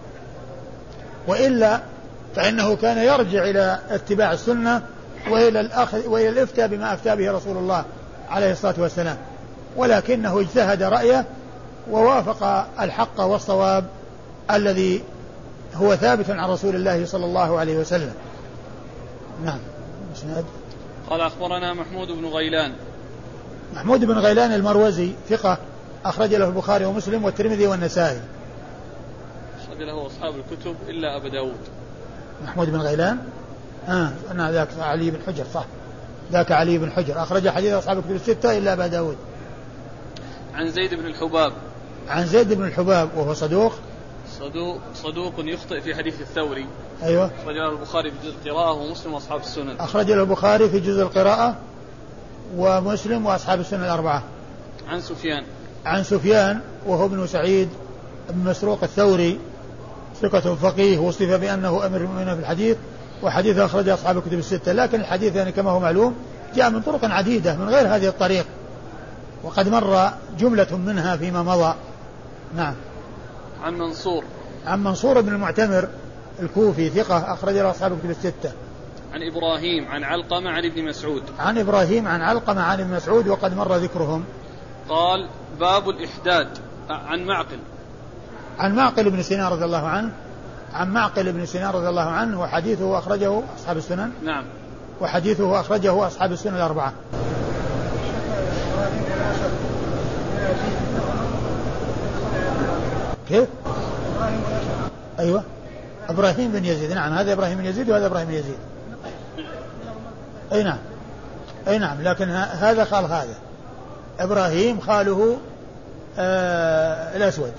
وإلا فإنه كان يرجع إلى اتباع السنة وإلى الإفتاء بما أفتى به رسول الله عليه الصلاة والسلام، ولكنه اجتهد رأيه ووافق الحق والصواب الذي هو ثابت عن رسول الله صلى الله عليه وسلم. نعم. قال أخبرنا محمود بن غيلان المروزي ثقة أخرج له البخاري ومسلم والترمذي والنسائي. أخرج له أصحاب الكتب إلا أبا داود. محمود بن غيلان أنا ذاك علي بن حجر، صح، ذاك علي بن حجر أخرج حديث أصحاب الكتب الستة إلا أبا داود. عن زيد بن الحباب وهو صدوق يخطئ في حديث الثوري. أيوة. أخرج له البخاري في جزء القراءة ومسلم وأصحاب السنن. أخرج له البخاري في جزء القراءة ومسلم وأصحاب السنن الأربعة. عن سفيان وهو ابن سعيد بن مسروق الثوري ثقة فقيه وصف بأنه أمير المؤمنين في الحديث، وحديثه أخرج أصحاب الكتب الستة، لكن الحديث يعني كما هو معلوم جاء من طرق عديدة من غير هذه الطريق، وقد مر جملة منها فيما مضى. نعم. عن منصور بن المعتمر الكوفي ثقة أخرج له أصحاب الكتب الستة. عن إبراهيم عن علقمة عن ابن مسعود وقد مر ذكرهم. قال باب الإحداد. عن معقل بن سنان رضي الله عنه وحديثه أخرجه أصحاب السنن. نعم. وحديثه أخرجه أصحاب السنن الأربعة. كيف؟ أيوة إبراهيم بن يزيد. نعم هذا إبراهيم بن يزيد وهذا إبراهيم بن يزيد. أي نعم لكن هذا خال هذا إبراهيم خاله الأسود،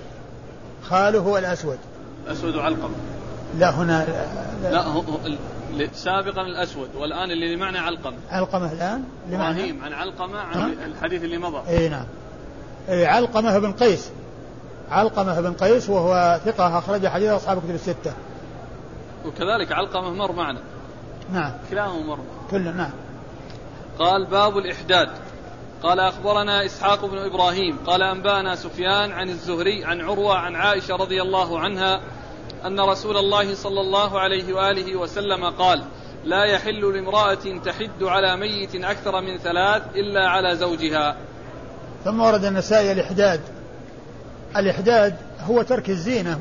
أسود وعلقمة. لا هنا لا هو سابقا الأسود والآن اللي معنى علقمة الآن إبراهيم عن علقمة عن الحديث اللي مضى. أي نعم. علقمة بن قيس وهو ثقة أخرج حديث أصحاب الكتب الستة. وكذلك علقمة مر معنا. نعم. كلاهما مر. كله نعم. قال باب الإحداد. قال أخبرنا إسحاق بن إبراهيم قال أنبانا سفيان عن الزهري عن عروة عن عائشة رضي الله عنها أن رسول الله صلى الله عليه وآله وسلم قال لا يحل لامرأة تحد على ميت أكثر من 3 إلا على زوجها. ثم ورد النسائي الإحداد هو ترك الزينة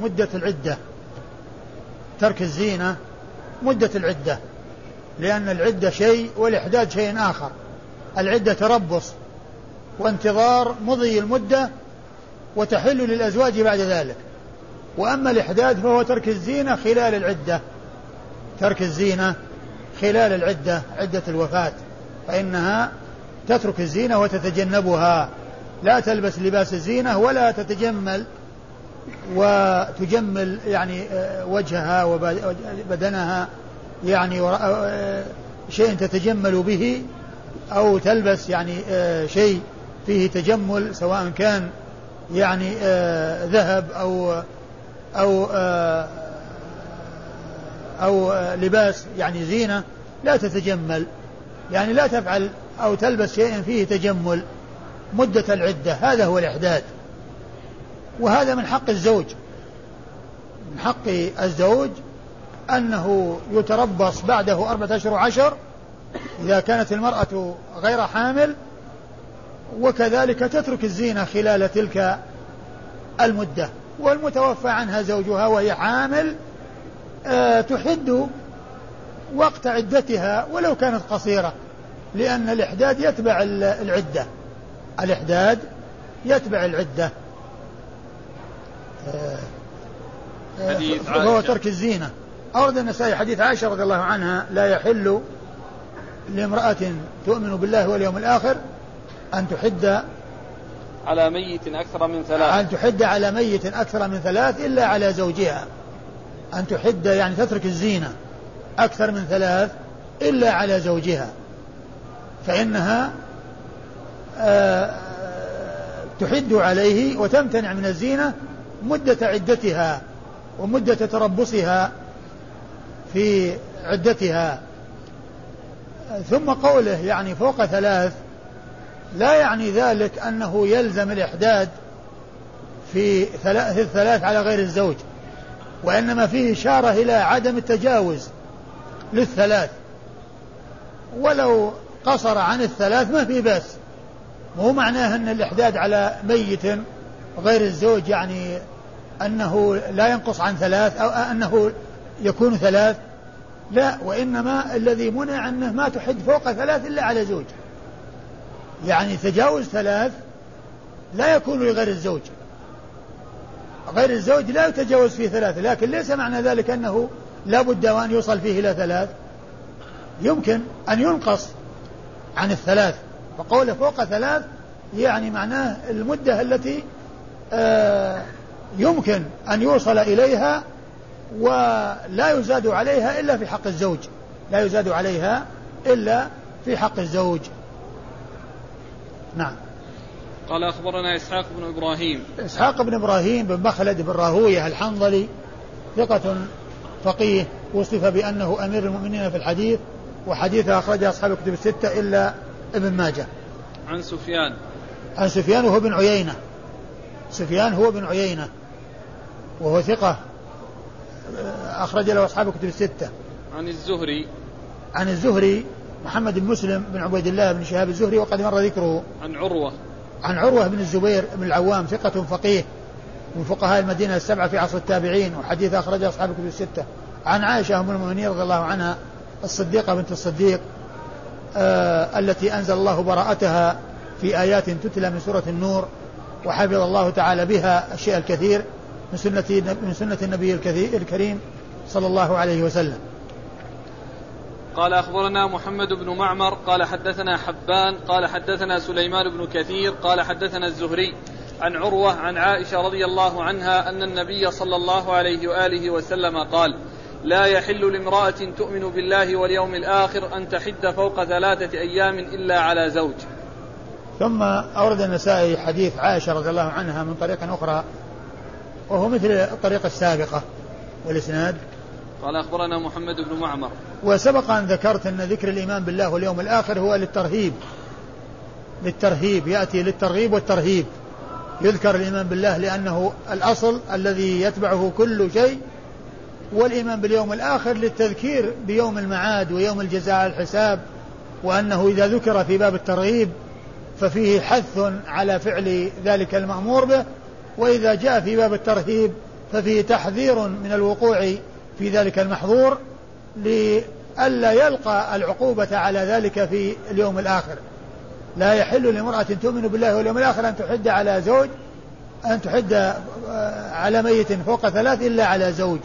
مدة العدة، لأن العدة شيء والإحداد شيء آخر. العدة تربص وانتظار مضي المدة وتحل للأزواج بعد ذلك، وأما الإحداد فهو ترك الزينة خلال العدة عدة الوفاة، فإنها تترك الزينة وتتجنبها، لا تلبس لباس الزينة ولا تتجمل وتجمل يعني وجهها وبدنها، يعني شيء تتجمل به، أو تلبس يعني شيء فيه تجمل، سواء كان يعني ذهب أو لباس يعني زينة، لا تتجمل، يعني لا تفعل أو تلبس شيء فيه تجمل مدة العدة. هذا هو الإحداد، وهذا من حق الزوج، من حق الزوج أنه يتربص بعده 4 أشهر و10 إذا كانت المرأة غير حامل، وكذلك تترك الزينة خلال تلك المدة. والمتوفى عنها زوجها وهي حامل تحد وقت عدتها ولو كانت قصيرة، لأن الإحداد يتبع العدة، الإحداد يتبع العدة. فهو ترك الزينة. أورد النسائي حديث عائشة رضي الله عنها: لا يحل لامرأة تؤمن بالله واليوم الآخر أن تحد على ميت أكثر من 3، أن تحد على ميت أكثر من 3 إلا على زوجها. أن تحد يعني تترك الزينة أكثر من 3 إلا على زوجها، فإنها تحد عليه وتمتنع من الزينة مدة عدتها ومدة تربصها في عدتها. ثم قوله يعني فوق 3 لا يعني ذلك أنه يلزم الإحداد في 3 على غير الزوج، وإنما فيه إشارة إلى عدم التجاوز لل3، ولو قصر عن 3 ما في بأس. مو معناه أن الإحداد على ميت غير الزوج يعني أنه لا ينقص عن 3 أو أنه يكون 3، لا، وإنما الذي منع أنه ما تحد فوق 3 إلا على زوج، يعني تجاوز 3 لا يكون لغير الزوج، غير الزوج لا يتجاوز فيه 3، لكن ليس معنى ذلك أنه لا بد وأن يوصل فيه إلى 3، يمكن أن ينقص عن 3. فقوله فوق 3 يعني معناه المدة التي يمكن أن يوصل إليها ولا يزاد عليها إلا في حق الزوج، لا يزاد عليها إلا في حق الزوج. نعم. قال أخبرنا إسحاق بن إبراهيم بن مخلد بن راهويه الحنظلي، ثقة فقيه، وصف بأنه أمير المؤمنين في الحديث، وحديثه أخرجه أصحاب الكتب 6 إلا ابن ماجه. عن سفيان وهو بن عيينة، سفيان هو بن عيينة وهو ثقة أخرج له أصحاب الكتب 6. عن الزهري محمد بن مسلم بن عبيد الله بن شهاب الزهري وقد مر ذكره. عن عروة بن الزبير بن العوام، ثقة فقيه من فقهاء المدينة 7 في عصر التابعين، وحديث أخرجه أصحاب الكتب 6. عن عائشة أم المؤمنين رضي الله عنها الصديقة بنت الصديق التي أنزل الله براءتها في آيات تتلى من سورة النور، وحفظ الله تعالى بها الشيء الكثير من سنة النبي الكريم صلى الله عليه وسلم. قال أخبرنا محمد بن معمر قال حدثنا حبان قال حدثنا سليمان بن كثير قال حدثنا الزهري عن عروة عن عائشة رضي الله عنها أن النبي صلى الله عليه وآله وسلم قال: لا يحل لامرأة تؤمن بالله واليوم الآخر أن تحد فوق 3 أيام إلا على زوج. ثم أورد النسائي حديث عائشة رضي الله عنها من طريق أخرى وهو مثل الطريقة السابقة والإسناد. قال أخبرنا محمد بن معمر. وسبق أن ذكرت أن ذكر الإيمان بالله واليوم الآخر هو للترهيب، يأتي للترغيب والترهيب. يذكر الإيمان بالله لأنه الأصل الذي يتبعه كل شيء، والإيمان باليوم الآخر للتذكير بيوم المعاد ويوم الجزاء الحساب، وأنه إذا ذكر في باب الترغيب ففيه حث على فعل ذلك المأمور به، وإذا جاء في باب الترهيب ففيه تحذير من الوقوع في ذلك المحظور لئلا يلقى العقوبة على ذلك في اليوم الآخر. لا يحل لامرأة تؤمن بالله واليوم الآخر أن تحد على زوج، أن تحد على ميت فوق 3 إلا على زوج.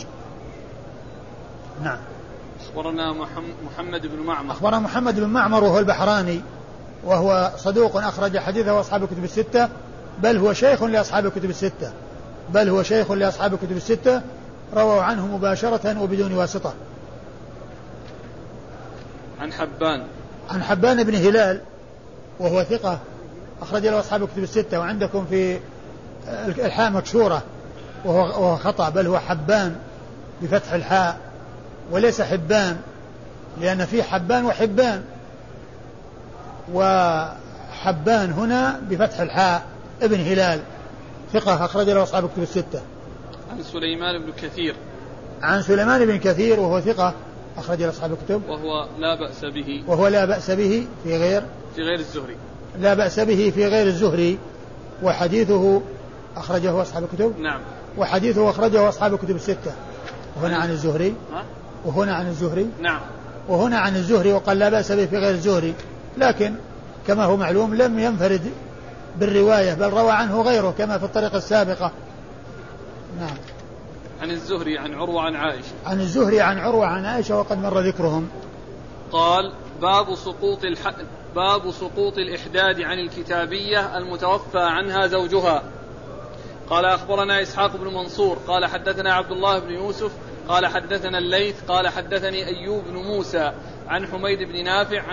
نعم. أخبرنا محمد بن معمر. أخبرنا محمد بن معمر وهو البحراني وهو صدوق أخرج حديثه أصحاب الكتب الستة، بل هو شيخ لأصحاب الكتب الستة، بل هو شيخ لأصحاب الكتب الستة، رووا عنه مباشرة وبدون واسطة. عن حبان بن هلال وهو ثقة أخرج له أصحاب الكتب الستة، وعندكم في الحاء مكسورة وهو خطأ، بل هو حبان بفتح الحاء وليس حبان، لأن فيه حبان وحبان، وحبان هنا بفتح الحاء ابن هلال ثقة أخرج له أصحاب الكتب الستة. عن سليمان بن كثير، عن سليمان بن كثير وهو ثقة أخرج له أصحاب الكتب، وهو لا بأس به، وهو لا بأس به في غير الزهري، لا بأس به في غير الزهري، وحديثه أخرجه أصحاب الكتب. نعم. وحديثه أخرجه أصحاب الكتب الستة. وهنا عن الزهري، وهنا عن الزهري. نعم. وهنا عن الزهري، وقال لا بأس به في غير الزهري، لكن كما هو معلوم لم ينفرد بالرواية، بل روى عنه غيره كما في الطريقة السابقة. نعم. عن الزهري عن عروة عن عائشة. عن الزهري عن عروة عن عائشة وقد مر ذكرهم. قال باب سقوط الإحداد عن الكتابية المتوفى عنها زوجها. قال أخبرنا إسحاق بن منصور قال حدثنا عبد الله بن يوسف قال حدثنا الليث قال حدثني أيوب بن موسى عن حميد بن نافع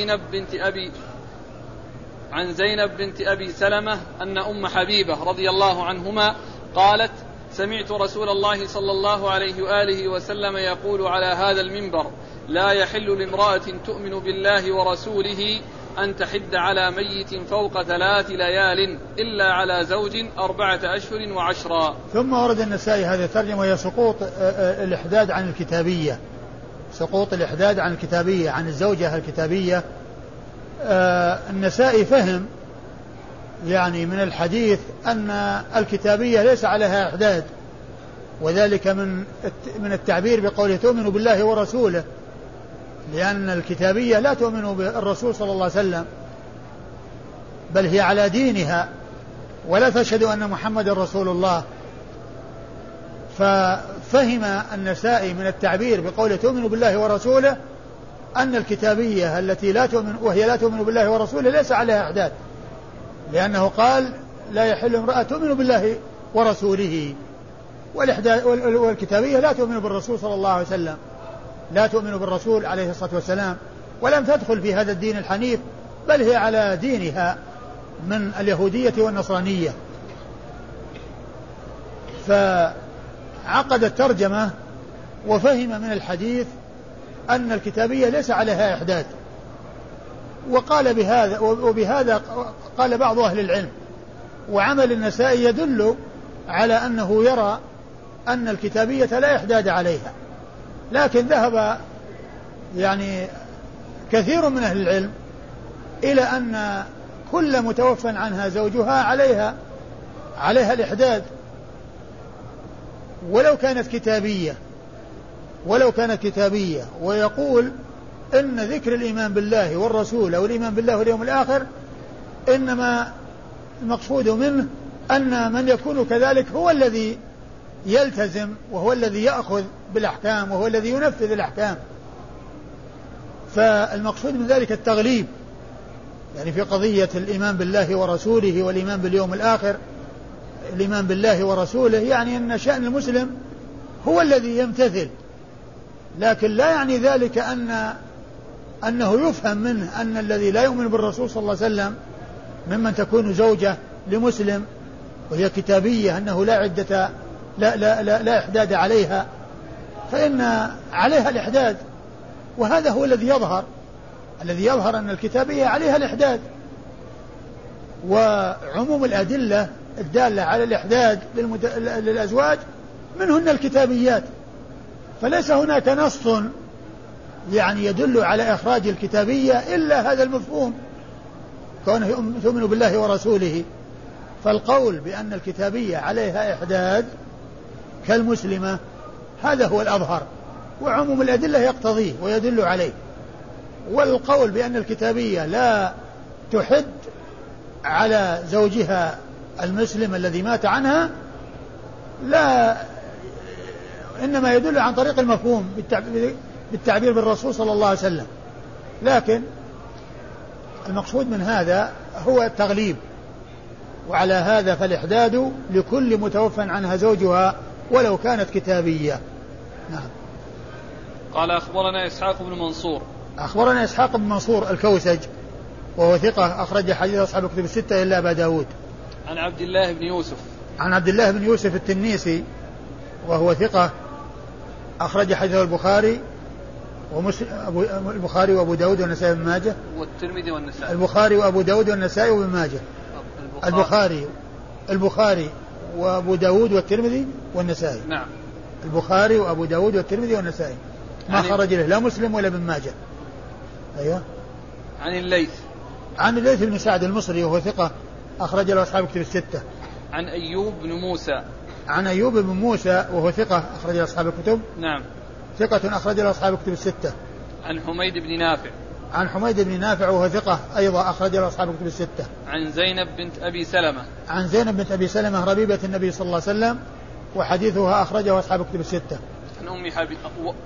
عن زينب بنت أبي سلمة أن أم حبيبة رضي الله عنهما قالت: سمعت رسول الله صلى الله عليه وآله وسلم يقول على هذا المنبر: لا يحل لامرأة تؤمن بالله ورسوله أن تحد على ميت فوق 3 ليال إلا على زوج 4 أشهر و10. ثم ورد النسائي هذه الترجمة وهي سقوط الإحداد عن الكتابية، سقوط الإحداد عن الكتابية، عن الزوجة الكتابية. النسائي فهم يعني من الحديث أن الكتابية ليس عليها إحداد، وذلك من التعبير بقوله تؤمن بالله ورسوله، لأن الكتابية لا تؤمن بالرسول صلى الله عليه وسلم، بل هي على دينها ولا تشهد أن محمد رسول الله. ففهم النسائي من التعبير بقوله تؤمن بالله ورسوله أن الكتابية التي لا تؤمن وهي لا تؤمن بالله ورسوله ليس عليها إحداد، لأنه قال لا يحل امرأة تؤمن بالله ورسوله، والكتابية لا تؤمن بالرسول صلى الله عليه وسلم، لا تؤمن بالرسول عليه الصلاة والسلام، ولم تدخل في هذا الدين الحنيف، بل هي على دينها من اليهودية والنصرانية. فعقد الترجمة وفهم من الحديث أن الكتابية ليس عليها إحداد، وقال بهذا وبهذا قال بعض أهل العلم، وعمل النسائي يدل على أنه يرى أن الكتابية لا إحداد عليها، لكن ذهب يعني كثير من أهل العلم إلى أن كل متوفى عنها زوجها عليها الإحداد ولو كانت كتابية، ويقول إن ذكر الإيمان بالله والرسول أو الإيمان بالله واليوم الآخر إنما المقصود منه أن من يكون كذلك هو الذي يلتزم وهو الذي يأخذ بالأحكام وهو الذي ينفذ الأحكام. فالمقصود من ذلك التغليب، يعني في قضية الإيمان بالله ورسوله والإيمان باليوم الآخر، الإيمان بالله ورسوله يعني أن شأن المسلم هو الذي يمتثل، لكن لا يعني ذلك أنه يفهم منه أن الذي لا يؤمن بالرسول صلى الله عليه وسلم ممن تكون زوجة لمسلم وهي كتابية أنه لا إحداد عليها، فإن عليها الإحداد، وهذا هو الذي يظهر أن الكتابية عليها الإحداد. وعموم الأدلة الدالة على الإحداد للأزواج منهن الكتابيات، فليس هناك نص يعني يدل على إخراج الكتابية إلا هذا المفهوم كونه تؤمن بالله ورسوله. فالقول بأن الكتابية عليها إحداد كالمسلمة هذا هو الأظهر، وعموم الأدلة يقتضيه ويدل عليه. والقول بأن الكتابية لا تحد على زوجها المسلم الذي مات عنها لا إنما يدل عن طريق المفهوم بالتعبير بالرسول صلى الله عليه وسلم. لكن المقصود من هذا هو التغليب، وعلى هذا فالإحداد لكل متوفى عنها زوجها ولو كانت كتابية. نعم. قال أخبرنا إسحاق بن منصور. أخبرنا إسحاق بن منصور الكوسج وهو ثقة أخرج حديث أصحاب الكتب الستة إلا أبا داود. عن عبد الله بن يوسف. عن عبد الله بن يوسف التنيسي وهو ثقة أخرج حديث البخاري البخاري وأبو داود والنسائي بن ماجه والترمذي والنسائي. البخاري وأبو داود والنسائي وابن ماجه. البخاري وأبو داود والترمذي والنسائي. نعم. البخاري وأبو داود والترمذي والنسائي ما خرج له لا مسلم ولا ابن ماجه. أيوه. عن الليث. عن الليث بن سعد المصري وهو ثقة أخرج له أصحاب الكتب الستة. عن أيوب بن موسى. عن أيوب بن موسى وهو ثقة أخرج له أصحاب الكتب. نعم. ثقة أخرج له أصحاب الكتب الستة. عن حميد بن نافع. عن حميد بن نافع وهو ثقة أيضا أخرج له أصحاب الكتب الستة. عن زينب بنت أبي سلمة. عن زينب بنت أبي سلمة ربيبة النبي صلى الله عليه وسلم وحديثها أخرجه أصحاب الكتب الستة. عن أم حبيب.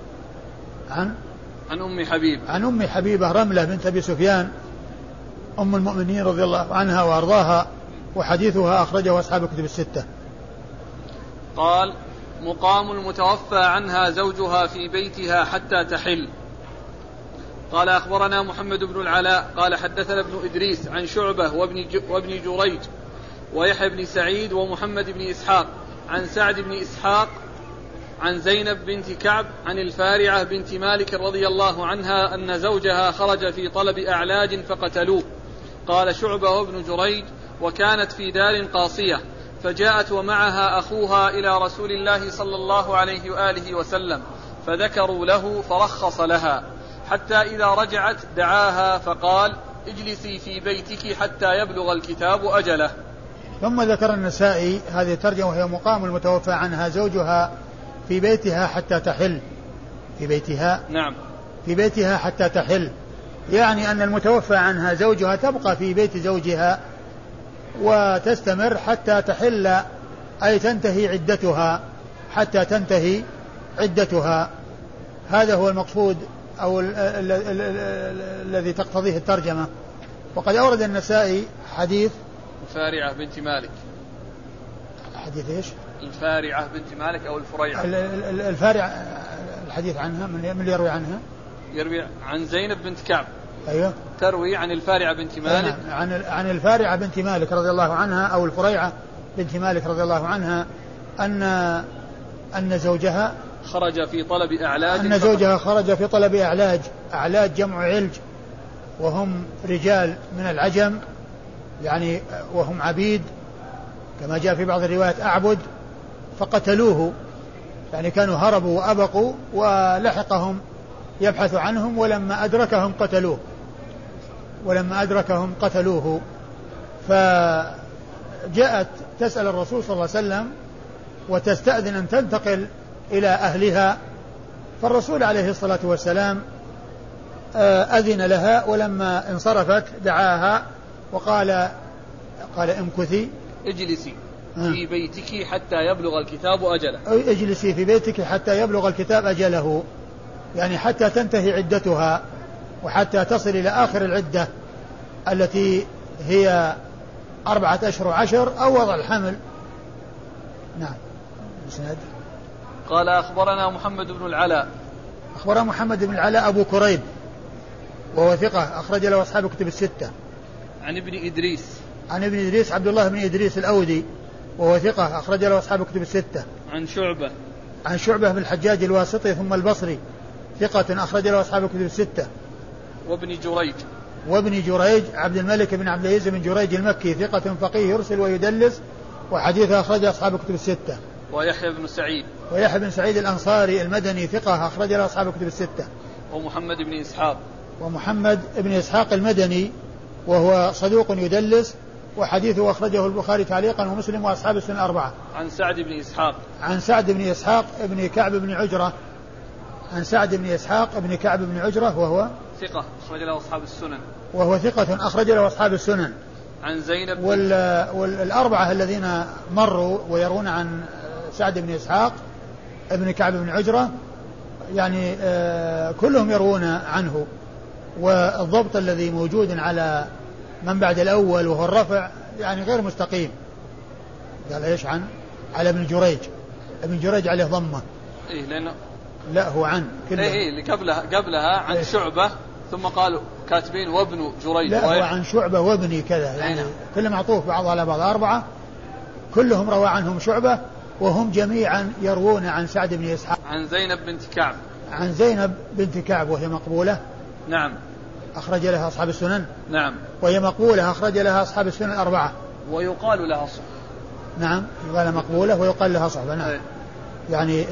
عن أم حبيبة رملة بنت أبي سفيان أم المؤمنين رضي الله عنها وأرضاها وحديثها أخرجه أصحاب الكتب الستة. قال مقام المتوفى عنها زوجها في بيتها حتى تحل. قال أخبرنا محمد بن العلاء قال حدثنا ابن إدريس عن شعبة وابن جريج ويحيى بن سعيد ومحمد بن إسحاق عن سعد بن إسحاق عن زينب بنت كعب عن الفارعة بنت مالك رضي الله عنها أن زوجها خرج في طلب أعلاج فقتلوه. قال شعبة وابن جريج وكانت في دار قاصية فجاءت ومعها أخوها إلى رسول الله صلى الله عليه وآله وسلم فذكروا له فرخص لها حتى إذا رجعت دعاها فقال اجلسي في بيتك حتى يبلغ الكتاب أجله. ثم ذكر النسائي هذه الترجمة وهي مقام المتوفى عنها زوجها في بيتها حتى تحل. في بيتها. نعم. في بيتها حتى تحل يعني أن المتوفى عنها زوجها تبقى في بيت زوجها وتستمر حتى تحل أي تنتهي عدتها حتى تنتهي عدتها. هذا هو المقصود أو الذي تقتضيه الترجمة. وقد أورد النسائي حديث الفارعة بنت مالك. حديث إيش؟ الفارعة بنت مالك أو الفريعة. الفارعة الحديث عنها من يروي عنها؟ يروي عن زينب بنت كعب. أيوه. تروي عن الفارعة بنت مالك. عن الفارعة بنت مالك رضي الله عنها أو الفريعة بنت مالك رضي الله عنها أن زوجها خرج في طلب أعلاج. أن زوجها خرج في طلب أعلاج جمع علج وهم رجال من العجم يعني وهم عبيد كما جاء في بعض الروايات أعبد فقتلوه يعني كانوا هربوا وأبقوا ولحقهم يبحث عنهم ولما أدركهم قتلوه فجاءت تسأل الرسول صلى الله عليه وسلم وتستأذن أن تنتقل إلى أهلها فالرسول عليه الصلاة والسلام أذن لها ولما انصرفت دعاها وقال امكثي اجلسي في بيتك حتى يبلغ الكتاب أجله. اجلسي في بيتك حتى يبلغ الكتاب أجله يعني حتى تنتهي عدتها وحتى تصل إلى آخر العدة التي هي 4 أشهر وعشر أو وضع الحمل. نعم. قال أخبرنا محمد بن العلاء. أخبرنا محمد بن العلاء أبو كريب وهو ثقة أخرج له أصحاب الكتب الستة. عن ابن إدريس عبد الله بن إدريس الأودي وهو ثقة أخرج له أصحاب الكتب الستة. عن شعبة بن الحجاج الواسطي ثم البصري ثقة أخرج له أصحاب الكتب الستة. وابن جريج عبد الملك بن عبد العزيز بن جريج المكي ثقة فقيه يرسل ويدلس وحديثه أخرج أصحاب الكتب الستة. ويحيى بن سعيد الأنصاري المدني ثقة أخرج له أصحاب الكتب الستة. ومحمد بن إسحاق المدني وهو صدوق يدلس وحديثه أخرجه البخاري تعليقا ومسلم وأصحاب السنن الأربعة. عن سعد بن إسحاق ابن كعب بن عجرة. عن سعد بن إسحاق ابن كعب بن عجرة وهو ثقة أخرج له أصحاب السنن. وهو ثقة أخرج له أصحاب السنن. عن زينب والأربعة الذين مروا ويرون عن سعد بن إسحاق ابن كعب بن عجرة يعني كلهم يروون عنه والضبط الذي موجود على من بعد الأول وهو الرفع يعني غير مستقيم. قال إيش عن على ابن جريج، ابن جريج عليه ضمة. إيه لأنه لا هو عن كله. إيه اللي قبلها عن إيه؟ شعبة ثم قالوا كاتبين وابن جريج. لا هو عن شعبة وابني كذا يعني كله معطوف بعض على بعض 4 كلهم روى عنهم شعبة وهم جميعا يروون عن سعد بن إسحاق عن زينب بنت كعب. عن زينب بنت كعب وهي مقبولة. نعم. أخرج لها أصحاب السنن. نعم. وهي مقبولة أخرج لها أصحاب السنن 4. ويقال لها صحبة. نعم يقال مقبولة ويقال لها صحبة. نعم. أي. يعني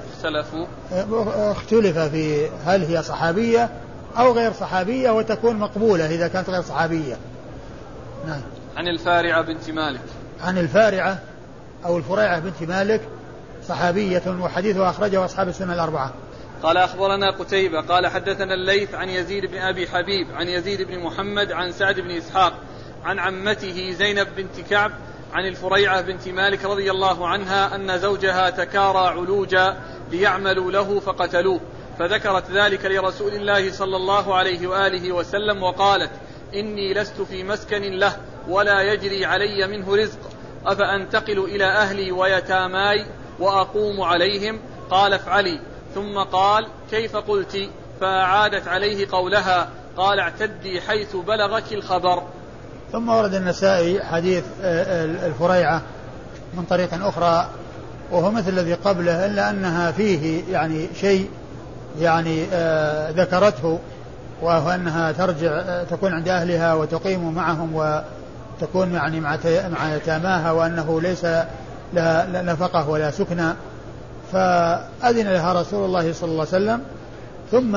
اختلف في هل هي صحابية أو غير صحابية وتكون مقبولة إذا كانت غير صحابية. نعم. عن الفارعة بنت مالك. عن الفارعة أو الفريعة بنت مالك صحابية وحديثها أخرجه أصحاب السنن 4. قال أخبرنا قتيبة قال حدثنا الليث عن يزيد بن أبي حبيب عن يزيد بن محمد عن سعد بن إسحاق عن عمته زينب بنت كعب عن الفريعة بنت مالك رضي الله عنها أن زوجها تكارى علوجا ليعملوا له فقتلوه، فذكرت ذلك لرسول الله صلى الله عليه وآله وسلم وقالت إني لست في مسكن له ولا يجري علي منه رزق، أفأنتقل إلى أهلي ويتاماي وأقوم عليهم؟ قال افعلي. ثم قال كيف قلت؟ فأعادت عليه قولها قال اعتدي حيث بلغك الخبر. ثم ورد النسائي حديث الفريعة من طريق أخرى وهو مثل الذي قبله إلا أنها فيه يعني شيء يعني ذكرته، وهو أنها ترجع تكون عند أهلها وتقيم معهم وتكون يعني مع يتاماها وأنه ليس لها نفقة ولا سكنى، فأذن لها رسول الله صلى الله عليه وسلم. ثم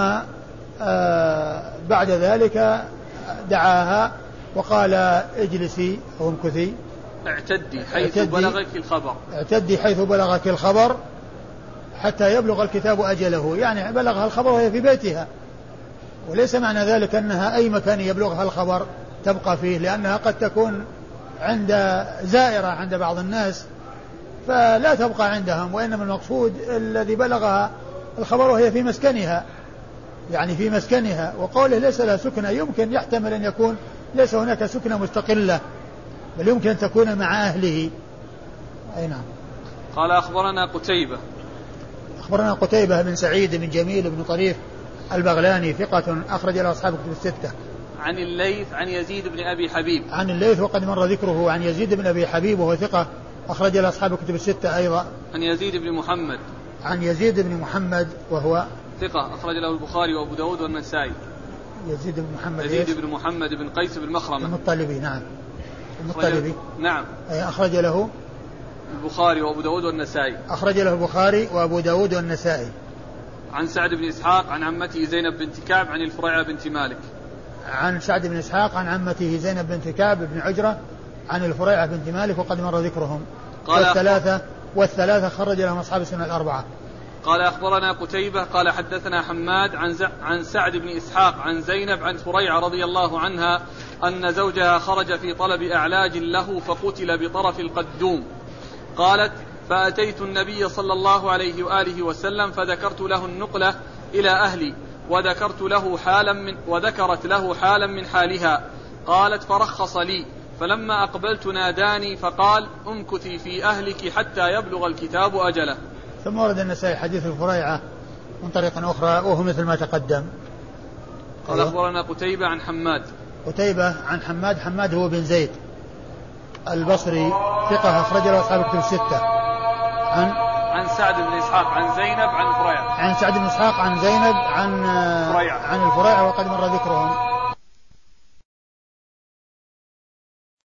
بعد ذلك دعاها وقال اجلسي أو امكثي اعتدي حيث بلغك الخبر. اعتدي حيث بلغك الخبر حتى يبلغ الكتاب أجله، يعني بلغها الخبر وهي في بيتها، وليس معنى ذلك أنها أي مكان يبلغها الخبر تبقى فيه، لأنها قد تكون عند زائرة عند بعض الناس فلا تبقى عندهم، وإنما المقصود الذي بلغها الخبر وهي في مسكنها، يعني في مسكنها. وقوله ليس لها سكنة يمكن يحتمل أن يكون ليس هناك سكنة مستقلة، بل يمكن أن تكون مع أهله. أي نعم. قال أخبرنا قتيبة. أخبرنا قتيبة بن سعيد بن جميل بن طريف البغلاني ثقة أخرج له أصحاب الكتب الستة. عن الليث عن يزيد بن أبي حبيب. عن الليث وقد مر ذكره. عن يزيد بن أبي حبيب وهو ثقة أخرج له أصحاب الكتب الستة أيضا. عن يزيد بن محمد. عن يزيد بن محمد وهو ثقة أخرج له البخاري وأبو داود والنسائي. يزيد بن محمد يزيد بن محمد بن قيس بن مخرمة المطلبي. نعم المطلبي. نعم. أخرج له البخاري وأبو داود والنسائي. أخرج له البخاري وأبو داود والنسائي. عن سعد بن إسحاق عن عمته زينب بنت كعب عن الفريعة بنت مالك. عن سعد بن إسحاق عن عمته زينب بنت كعب بن عجرة عن الفريعة بنت مالك وقد مر ذكرهم. والثلاثة خرج لهم أصحاب السنن 4. قال أخبرنا قتيبة قال حدثنا حماد عن سعد بن إسحاق عن زينب عن فريعة رضي الله عنها أن زوجها خرج في طلب أعلاج له فقتل بطرف القدوم. قالت فأتيت النبي صلى الله عليه وآله وسلم فذكرت له النقلة إلى أهلي وذكرت له حالا من حالها. قالت فرخص لي، فلما أقبلت ناداني فقال امكثي في أهلك حتى يبلغ الكتاب أجله. ثم ورد النسائي حديث الفريعة من طريق أخرى وهو مثل ما تقدم. قال أخبرنا قتيبة عن حماد. قتيبة عن حماد هو بن زيد البصري ثقة أخرج له أصحاب الكتب الستة. عن سعد بن إسحاق عن زينب عن فريعة. عن سعد بن إسحاق عن زينب عن الفريعة وقد مر ذكرهم.